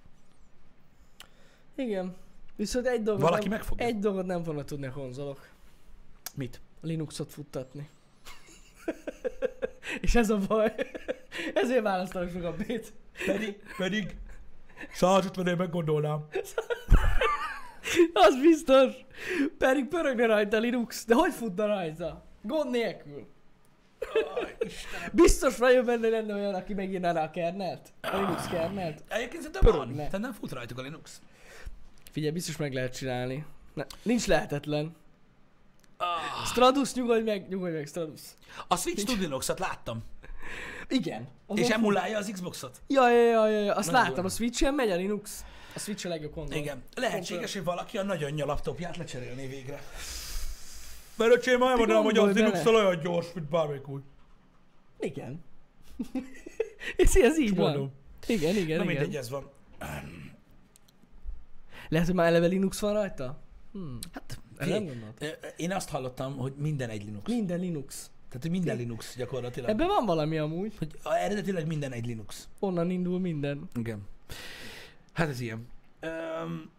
Igen. Viszont egy dolgot, Valaki nem, megfogja? egy dolgot nem fognak tudni a konzolok. Mit? A Linuxot futtatni. És ez a baj. Ezért választanak sok a bét. Pedig, pedig százötven év meggondolnám. Az biztos. Pedig pörögne rajta a Linux. De hogy futna rajta? Gond nélkül. Aj, Istenem. Biztos vagyok benne, hogy lenne olyan, aki megírná rá a kernelt. A Linux kernelt. Egyébként szerintem van. Pörögne. Tehát nem fut rajtuk a Linux. Figyelj, biztos meg lehet csinálni. Ne, nincs lehetetlen. Ah. Stradus, nyugodj meg, nyugodj meg, Stradus. A Switch tud Linuxot láttam. Igen. Az És ott- emulálja az Xboxot. Ja, ja, ja, ja, ja. Azt Nagyon láttam, durva. a Switch-en megy a Linux. A Switch a legjobb konzol. Igen. Lehetséges, hogy valaki a nagyanyja laptopját lecserélné végre. Mert öcsém, elmondanám, hogy az gondolj bele. Linux olyan gyors, mint bármelyik új. Igen. És ez így van. Mondom. Igen, igen, Na igen. mindegy, ez van. Lehet, hogy már eleve Linux van rajta? Hmm. Hát, Nem figyelj, gondolt. én azt hallottam, hogy minden egy Linux. Minden Linux. Tehát, hogy minden Linux gyakorlatilag. Ebben van valami amúgy. Hogy eredetileg minden egy Linux. Onnan indul minden. Igen. Hát ez ilyen. Um,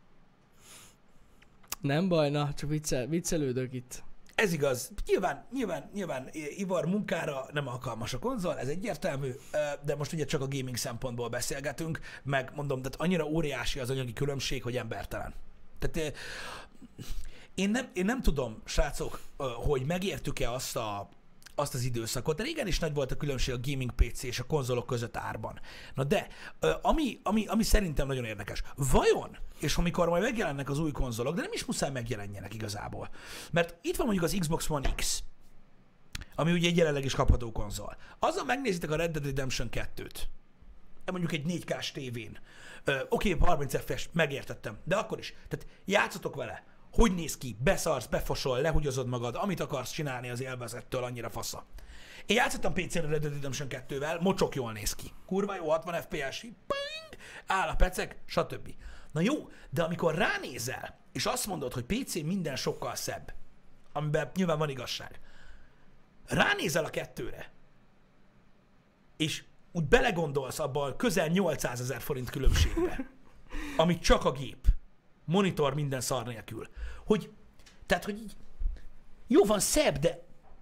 Nem baj, na, csak viccel, viccelődök itt. ez igaz. Nyilván, nyilván, nyilván ivar munkára nem alkalmas a konzol, ez egyértelmű, ö, de most ugye csak a gaming szempontból beszélgetünk, meg mondom, tehát annyira óriási az anyagi különbség, hogy embertelen. Tehát ö, én nem, én nem tudom, srácok, ö, hogy megértük-e azt a azt az időszakot, de régen is nagy volt a különbség a gaming pé cé és a konzolok között árban. Na de, ö, ami, ami, ami szerintem nagyon érdekes, vajon, és amikor majd megjelennek az új konzolok, de nem is muszáj megjelenjenek igazából, mert itt van mondjuk az Xbox One X, ami ugye egy jelenleg is kapható konzol. Azzal megnézitek a Red Dead Redemption kettőt, mondjuk egy négy kás tévén. Ö, Oké, okay, harminc ef pé es, megértettem, de akkor is. Tehát játszatok vele. Hogy néz ki, beszarsz, befosol, lehugyozod magad, amit akarsz csinálni az élvezettől, annyira fasza. Én játszottam pé cére Red Dead Redemption kettővel, mocsok jól néz ki. Kurva jó, hatvan ef pé es, ping, áll a pecek, stb. Na jó, de amikor ránézel, és azt mondod, hogy pé cé minden sokkal szebb, amiben nyilván van igazság, ránézel a kettőre, és úgy belegondolsz abba a közel nyolcszázezer forint különbségbe, amit csak a gép, monitor minden szar nélkül, hogy, tehát, hogy így, jó van szebb, de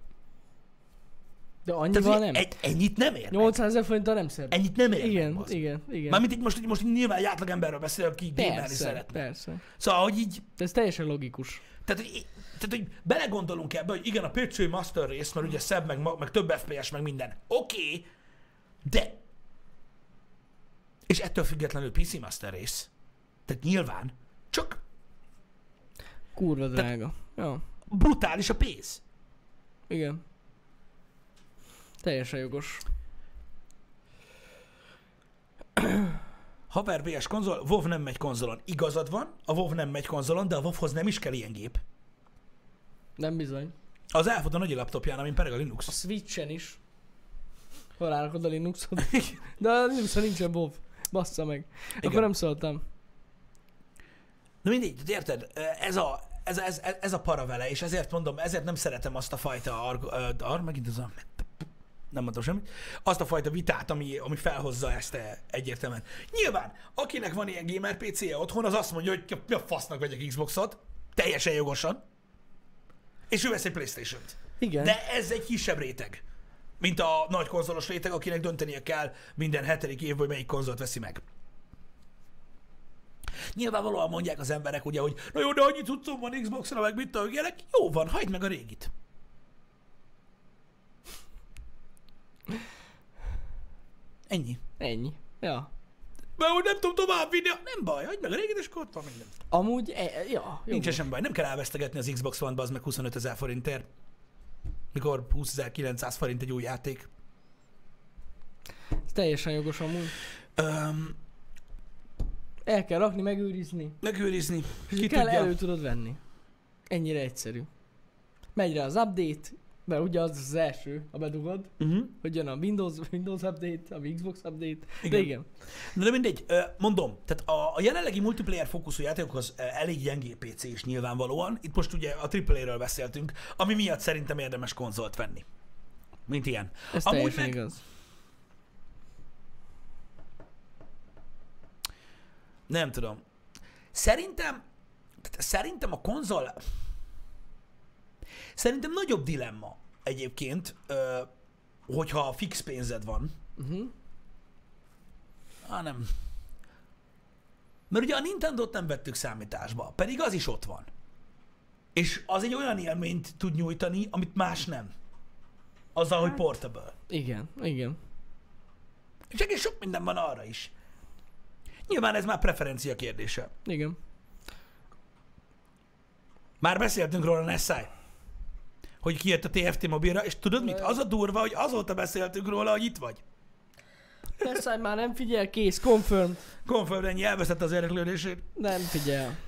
De annyival nem. egy, ennyit nem ér meg. nyolcszázezer forinttal nem szebb. Ennyit nem ér meg, Igen, bazd. igen, igen. Mármint így most, így most nyilván egy átlagemberről beszélek, aki gamerni Persze, szeretne. persze. Szóval, hogy így, De ez teljesen logikus. tehát, hogy, tehát, hogy belegondolunk ebbe, hogy igen, a pé cé Master Race, mert ugye szebb, meg, meg több ef pé es, meg minden. Oké, okay, de és ettől függetlenül pé cé Master Race. Tehát nyilván, csak Kurva drága. Ja, brutális a pénz. igen. Teljesen jogos. Haver vé es konzol, WoW nem megy konzolon. Igazad van, a WoW nem megy konzolon, de a WoW-hoz nem is kell ilyen gép. Nem bizony. Az elfut a nagy laptopján, amin pereg a A Linux. Switchen is. Hol állakod a Linuxot? De a Linuxon nincsen WoW. Bassza meg. Igen. Akkor nem szóltam. Na mindegy, de érted? Ez a, ez, ez, ez a para vele, és ezért mondom, ezért nem szeretem azt a fajta arg, ar, megint az a... Nem mondtam semmit. Azt a fajta vitát, ami, ami felhozza ezt egyértelműen. Nyilván, akinek van ilyen gamer pé cé-je otthon, az azt mondja, hogy mi a fasznak vegyek Xboxot, teljesen jogosan, és ő vesz egy PlayStation-t. Igen. De ez egy kisebb réteg, mint a nagy konzolos réteg, akinek döntenie kell minden hetedik évben, hogy melyik konzolt veszi meg. Nyilvánvalóan mondják az emberek ugye, hogy na jó, de annyi cuccom van Xboxra, meg mit tudom, ilyenek. Jó van, hagyd meg a régit. Ennyi. Ennyi. Ja. Mert úgy nem tudom tovább vinni, nem baj, hagyd meg a régit, és akkor ott van minden. Amúgy, e, ja. Nincs sem baj, nem kell elvesztegetni az Xbox One-ba, az meg huszonötezer forintért. Mikor húszezer-kilencszáz forint egy új játék. Ez teljesen jogos amúgy. Öm, El kell rakni, megőrizni. megőrizni. És Ki kell tudja. elő tudod venni. Ennyire egyszerű. Megy rá az update, mert ugye az az első, ha bedugod, Uh-huh. hogy jön a Windows, Windows update, a Xbox update. Igen. De igen. Na de mindegy, ö, mondom, tehát a, a jelenlegi multiplayer fókuszú játékokhoz ö, elég gyengé pé cé is nyilvánvalóan. Itt most ugye a á á á-ről beszéltünk, ami miatt szerintem érdemes konzolt venni. Mint ilyen. Ez Amúgy teljesen meg, igaz. nem tudom. Szerintem, tehát szerintem a konzol, szerintem nagyobb dilemma egyébként, ö, hogyha fix pénzed van. Uh-huh. Á, nem. Mert ugye a Nintendót nem vettük számításba, pedig az is ott van. És az egy olyan élményt tud nyújtani, amit más nem. Azzal, hogy portable. Igen, igen. És egész sok minden van arra is. Nyilván ez már preferencia kérdése. Igen. Már beszéltünk róla, Nessai, hogy kijött a té ef té mobilra, és tudod mit? Az a durva, hogy azóta beszéltünk róla, hogy itt vagy. Persze, már nem figyel, kész, confirmed. Confirm, ennyi, elveszett az érdeklődését. Nem figyel.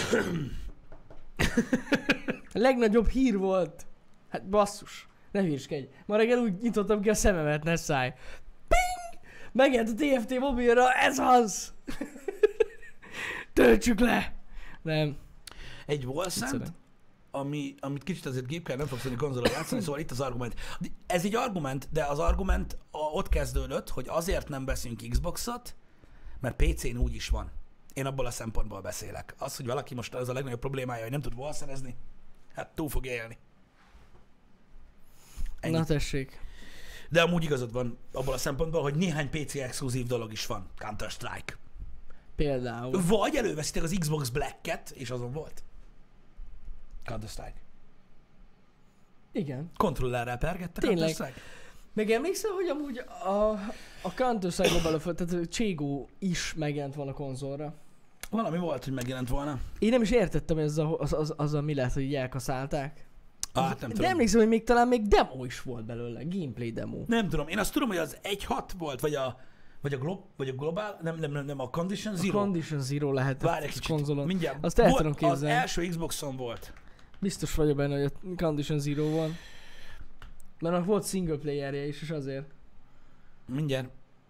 A legnagyobb hír volt. Hát basszus, ne hülyeskedj. Ma reggel úgy nyitottam ki a szememet, ne szállj. Ping! Megjelent a té ef té mobilra, ez az! Töltsük le! Nem. Egy wallszent, Egyszerűen. ami, amit kicsit azért gépkel nem fogsz tudni konzolon játszani, szóval itt az argument. Ez egy argument, de az argument a, ott kezdődött, hogy azért nem veszünk Xboxot, mert pé cén úgy is van. Én abból a szempontból beszélek. Az, hogy valaki most az a legnagyobb problémája, hogy nem tud wallszerezni, hát túl fog élni. Ennyi. Na tessék. De amúgy igazad van abból a szempontból, hogy néhány pé cé exkluzív dolog is van. Counter-Strike. Például. Vagy előveszitek az Xbox Black-et, és azon volt. Counter-Strike. Igen. Kontrollerrel pergette Tényleg. Counter-Strike. Meg emlékszel, hogy amúgy a, a Counter-Strike Global Offensive, tehát Cségó is megjelent volna konzolra. Valami volt, hogy megjelent volna. Én nem is értettem, hogy az a, az, az, az a mi lett, hogy így elkaszálták. Ah, hát nem De tudom. emlékszem, hogy még talán még demo is volt belőle, gameplay demo. Nem tudom. Én azt tudom, hogy az egy hat volt, vagy a, vagy a, glo- vagy a Global, nem, nem, nem, nem, a Condition A Zero. Condition Zero lehetett Várj egy az kicsit, konzolon. mindjárt. Azt el Volt- tudom képzelni. Az első Xboxon volt. Biztos vagyok benne, hogy a Condition Zero van. Mert annak volt single playerje is, és azért. Mindjárt.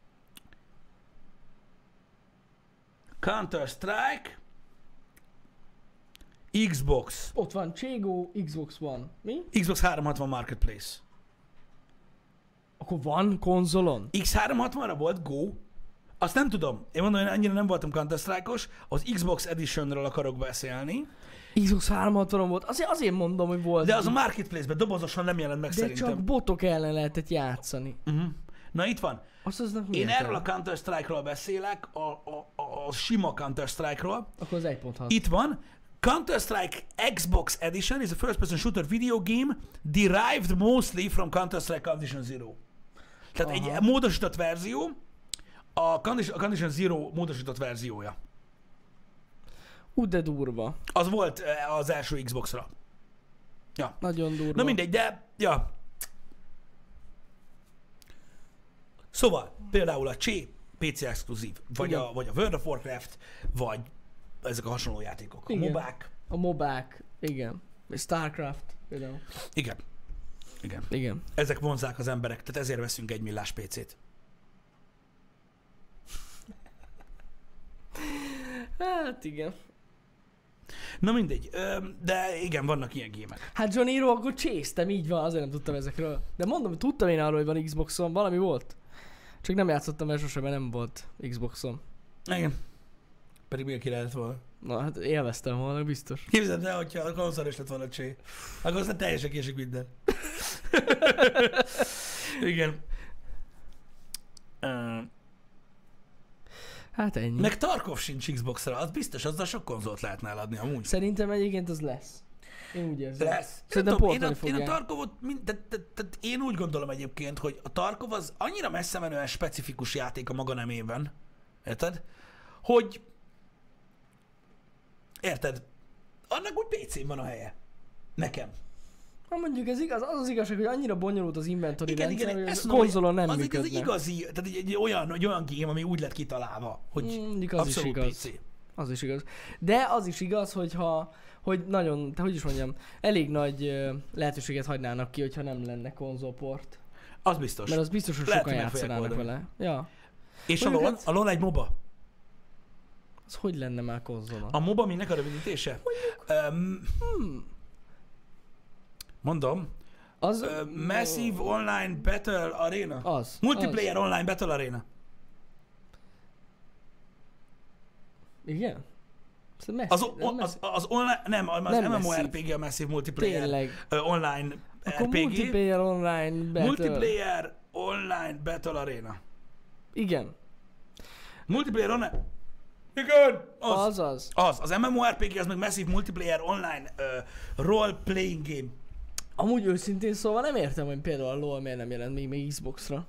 Counter-Strike. Xbox. Ott van Cségó, Xbox One. Mi? Xbox háromszázhatvan Marketplace. Akkor van konzolon? X háromszázhatvanra volt Go. Azt nem tudom. Én mondom, én annyira nem voltam Counter-Strike-os. Az Xbox Editionről akarok beszélni. Xbox háromszázhatvanon volt. Azért, azért mondom, hogy volt. De az a Marketplace-ben dobozosan nem jelent meg De szerintem. csak botok ellen lehetett játszani. Uh-huh. Na itt van. Azt aznak mi Én értelme? erről a Counter-Strike-ról beszélek, a, a, a, a sima Counter-Strike-ról. Akkor az egy pont hat. Itt van. Counter-Strike Xbox Edition is a first-person shooter video game derived mostly from Counter-Strike Condition Zero. Tehát Aha. egy módosított verzió, a Condition, a Condition Zero módosított verziója. Ú, de durva. Az volt eh, az első Xboxra. Ja. Nagyon durva. Na mindegy, de ja. Szóval például a Csé pé cé exkluzív, vagy Igen. a, vagy a World of Warcraft, vagy ezek a hasonló játékok. A Igen. mobák. A mobák, igen. Vagy Starcraft például. Igen. Igen. Igen. Ezek vonzák az emberek, tehát ezért veszünk egy millás pé cét. Hát igen. Na mindegy, Öm, de igen, vannak ilyen gémek. Hát John Hero, akkor csésztem, így van, azért nem tudtam ezekről. De mondom, tudtam én arról, hogy van Xboxon, valami volt. Csak nem játszottam, mert sosem, mert nem volt Xboxon. Igen. Pedig még ki lehet volna. Na hát élveztem volna, biztos. Képzeld el, hogyha a konzol is lett volna Csé. Akkor aztán teljesen késik minden. Igen. Uh, Hát ennyi. meg Tarkov sincs Xboxra, az biztos, azzal sok konzolt lehetne eladni amúgy. Szerintem egyébként az lesz. Én úgy érzem. Lesz. Szerintem Tudom, én, a, portolni én a fogják. Tarkovot, mind, te, te, te, én úgy gondolom egyébként, hogy a Tarkov az annyira messze menően specifikus játék a maga nemében, érted? Hogy, érted? Annak úgy pé cén van a helye. Nekem. Ha mondjuk ez igaz, az az igazság, hogy annyira bonyolult az inventory Igen, rendszer, igen, hogy ezt a mondom, konzolon nem az egy, működne. az egy igazi, tehát egy, egy olyan, egy olyan game, ami úgy lett kitalálva, hogy Mm, mondjuk az is abszolút igaz. pé cé. Az is igaz. De az is igaz, hogyha, hogy nagyon, te hogy is mondjam, elég nagy ö, lehetőséget hagynának ki, hogyha nem lenne konzolport. Az biztos. Mert az biztos, hogy Lehet, sokan hogy meg fogják játszanának oldani. vele. Ja. És a Mondjuk LoL, hát- a LoL egy MOBA. Az hogy lenne már konzolon? A MOBA minek a rövidítése? Um, Hmm. mondom, Az... uh, Massive Online Battle Arena. Az. Multiplayer Online Battle Arena. Az. Igen? Ez messi, Az, o, nem az, messi. az online, nem, az Nem MMORPG a Massive Multiplayer Tényleg. uh, Online Akkor er pé gé. multiplayer online battle. Multiplayer Online Battle Arena. Igen. Multiplayer Online... Igen! Az. Az az. Az. Az MMORPG az meg Massive Multiplayer Online uh, Role Playing Game. Amúgy őszintén szóval nem értem, hogy például a LoL miért nem jelent még, még Xboxra.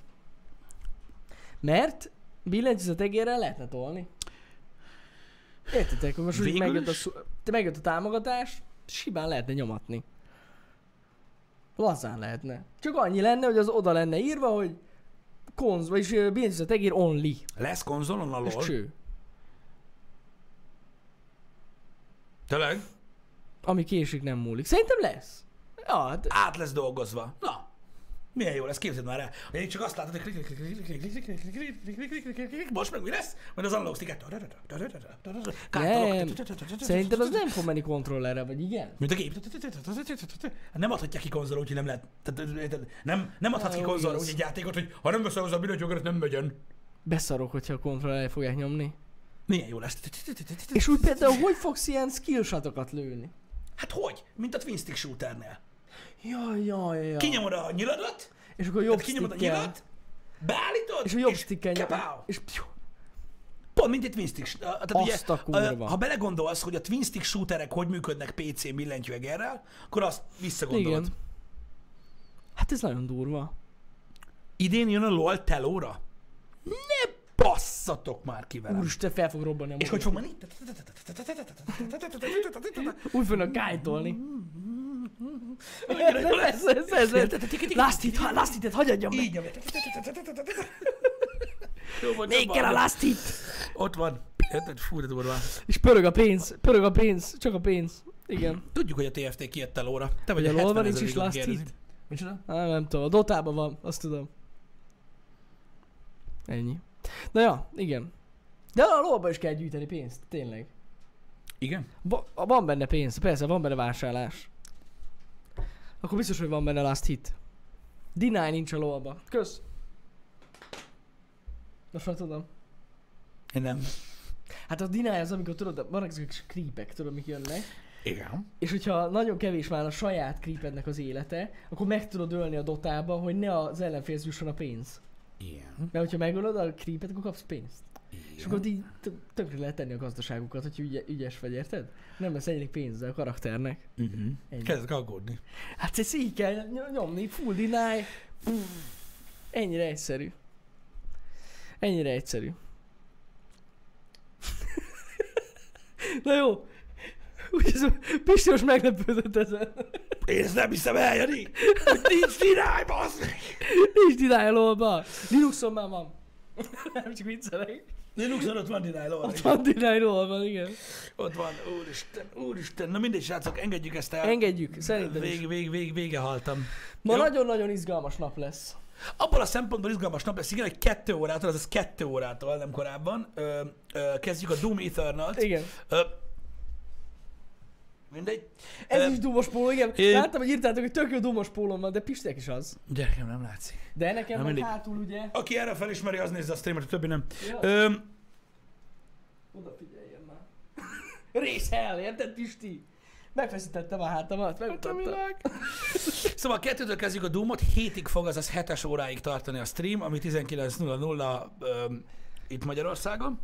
Mert billentyűzet egérrel lehetne tolni. Értitek, hogy most úgy Végül megjött a, is? szu- te megjött a támogatás, simán lehetne nyomatni. Lazán lehetne. Csak annyi lenne, hogy az oda lenne írva, hogy konz, vagyis ö, billentyűzet egér only. Lesz konzolon a És LoL? cső. Tényleg? Ami késik nem múlik. Szerintem lesz. Ja, hát Át lesz dolgozva. Na, milyen jó lesz, képzeld már el. Hogy én csak azt látod, hogy klik, klik, klik, klik, klik, klik, klik, klik, klik, klik, klik, klik, klik, klik, klik, most meg mi lesz? Majd az analóg sticket. nem. Szerintem az nem fog menni kontrollerre, vagy igen? Mint a gép. Nem adhatják ki konzolra, úgyhogy nem lehet. Tehát, érted? Nem, nem adhat ki Jó, konzolra igaz. úgy egy játékot, hogy ha nem veszel hozzá a billentyűket, nem megyen. Beszarok, hogyha a kontrollerre fogják nyomni. Milyen jó lesz. És úgy például, hogy fogsz ilyen skillshotokat lőni? Hát hogy? Mint a Twin Stick Shooternél. Jaj, jaj, jaj. Kinyomod a nyiladat, És akkor jobb tehát kinyomod a stickkel. nyilat, beállítod, És a jobb stickkel nyom. kapáó. És pjú, Pont, mint egy Twin Stick. Tehát Azt a kurva. ugye, ha belegondolsz, hogy a Twin Stick shooterek hogy működnek pé cén billentyűegerrel, akkor azt visszagondolod. igen. Hát ez nagyon durva. Idén jön a LoL telóra? Ne basszatok már ki velem. Úristen, fel fog robbanni a És motor. hogy fog menni? Úgy fognak kájtolni. Annyira jó lesz. Ez, ez, ez, ez. Last hit, ha- last hitet, hagyjadjam be. Így nyomja. Jó van, Még jó kell a van. last hit. Ott van. Érted? Fú, de durva. És pörög a pénz, pörög a pénz, csak a pénz. Igen. Tudjuk, hogy a té ef té kijött telóra. Te vagy Hogy a a LoL van, hetven nincs is ezerig, last aki hit. kérdezi. Micsoda? Á, nem tudom, a Dotában van, azt tudom. Ennyi. Na ja, igen. De a LoL-ba is kell gyűjteni pénzt, tényleg. Igen? Va- van benne pénz, persze, van benne vásárlás. Akkor biztos, hogy van benne last hit. Deny nincs a LoL-ba. Kösz. Most már tudom. Én nem. Hát a deny az, amikor tudod, vannak ezek a kis creepek, tudod, mik jönnek. Igen. És hogyha nagyon kevés már a saját creepednek az élete, akkor meg tudod ölni a dotába, hogy ne az ellenfélhez jusson a pénz. Igen. Mert hogyha megölöd a creepet, akkor kapsz pénzt. És akkor így tö- tönkre lehet tenni a gazdaságukat, hogy ügye, ügyes vagy, érted? Nem lesz ennyi pénze a karakternek. Uh-huh. Ennyi. Kezdek aggódni. Hát ezt így kell ny- nyomni, full deny. Ennyire egyszerű. Ennyire egyszerű. Na jó. Úgyhogy Pisti most meglepődött ezen. Én ezt nem hiszem el, Jani, hogy nincs dirály, bassz meg. Nincs deny a lolba. Linuxon már van. Nem csak viccelek. Linuxon ott van dirály, lol. Ott van deny lolban, igen. Ott van, úristen, úristen. Na mindegy, srácok, engedjük ezt el. Engedjük, szerintem is. Vég, vég, vég, vége haltam. Ma Jó? nagyon-nagyon izgalmas nap lesz. Abból a szempontból izgalmas nap lesz, igen, hogy kettő órától, azaz kettő órától, nem korábban, ö, ö, kezdjük a Doom Eternal-t. Igen. Ö, mindegy. Ez Ö, is dumos póló, igen. én- Láttam, hogy írtátok, hogy tök jó dumos pólom van, de Pistek is az. Gyerekem, nem látszik. De nekem Na meg mindegy. hátul ugye. Aki erre felismeri, az nézze a streamet, a többi nem. Ja. Ö, Oda figyeljen már. Réshel, érted Pisti? Megfeszítettem a hátamat, megmutattam. Szóval kettőtől kezdjük a Doomot, hétig fog, azaz hetes óráig tartani a stream, ami tizenkilenc nulla nulla um, itt Magyarországon.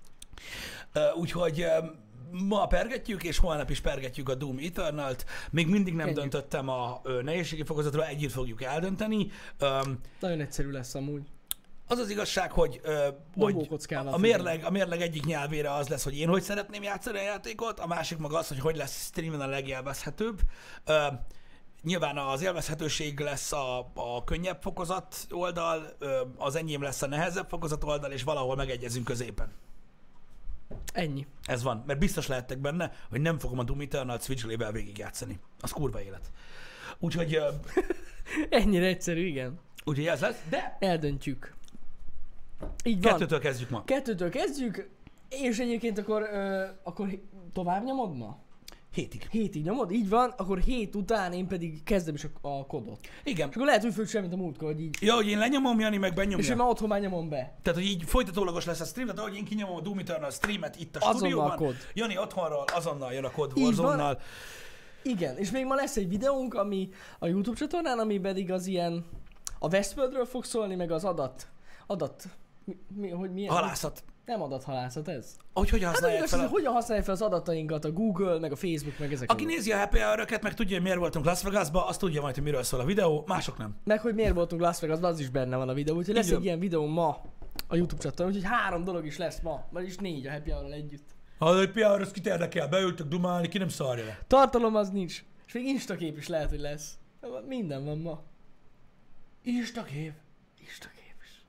Uh, úgyhogy um, ma pergetjük, és holnap is pergetjük a Doom Eternalt. Még mindig nem Kenjük. döntöttem a uh, nehézségi fokozatról, együtt fogjuk eldönteni. Um, Nagyon egyszerű lesz amúgy. az az igazság, hogy, uh, hogy Dobókockával a, mérleg, a mérleg egyik nyelvére az lesz, hogy én hogy szeretném játszani a játékot, a másik meg az, hogy hogy lesz streamen a legélvezhetőbb. Uh, nyilván az élvezhetőség lesz a, a könnyebb fokozat oldal, uh, az enyém lesz a nehezebb fokozat oldal, és valahol megegyezünk középen. Ennyi. Ez van, mert biztos lehettek benne, hogy nem fogom a Doom Eternal Switch-lével végigjátszani. Az kurva élet. Úgyhogy, uh, Ennyire egyszerű, igen. úgyhogy ez lesz, de Eldöntjük. Így van. kettőtől kezdjük ma. Kettőtől kezdjük, és egyébként akkor, ö, akkor tovább nyomod ma? Hétig. Hétig nyomod? Így van, akkor hét után én pedig kezdem is a, a kodot. Igen. És akkor lehet úgy fog semmit a múltkor, hogy így. Ja, hogy én lenyomom, Jani meg benyomja. És én már otthon már nyomom be. Tehát, hogy így folytatólagos lesz a stream, tehát ahogy én kinyomom a Doom Eternal streamet itt a Azonnal stúdióban, kod. Jani otthonról azonnal jön a kod Így van. Warzone-nal. Igen, és még ma lesz egy videónk, ami a YouTube csatornán, ami pedig az ilyen a Westworldről fog szólni, meg az adat. Adat. Mi, mi, hogy milyen? Halászat. Nem adathalászat ez. Hogy hogyan Hát használják úgy fel fel a... hogy hogyan használják fel az adatainkat a Google, meg a Facebook, meg ezek. Aki nézi a Happy Hour-öket, meg tudja, hogy miért voltunk Las Vegasba, azt tudja majd, hogy miről szól a videó, mások nem. Meg hogy miért voltunk Las Vegasban, az is benne van a videó. Úgyhogy lesz Így van. egy ilyen videó ma a YouTube csatornán, úgyhogy három dolog is lesz ma, vagyis négy a Happy Hour-ral együtt. Ha a pé er, az kit érdekel, beültök dumálni, ki nem szarja le. Tartalom az nincs. És még Instakép is lehet, hogy lesz. Minden van ma. Instakép. Instakép is.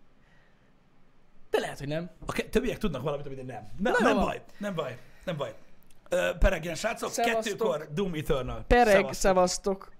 De lehet, hogy nem. A ke- többiek tudnak valamit, amit én nem. Nem, Na, jó nem van. baj, nem baj, nem baj. Ö, peregjen, srácok, Szevasztok. kettőkor Doom Eternal. Pereg, Szevasztok. szevasztok.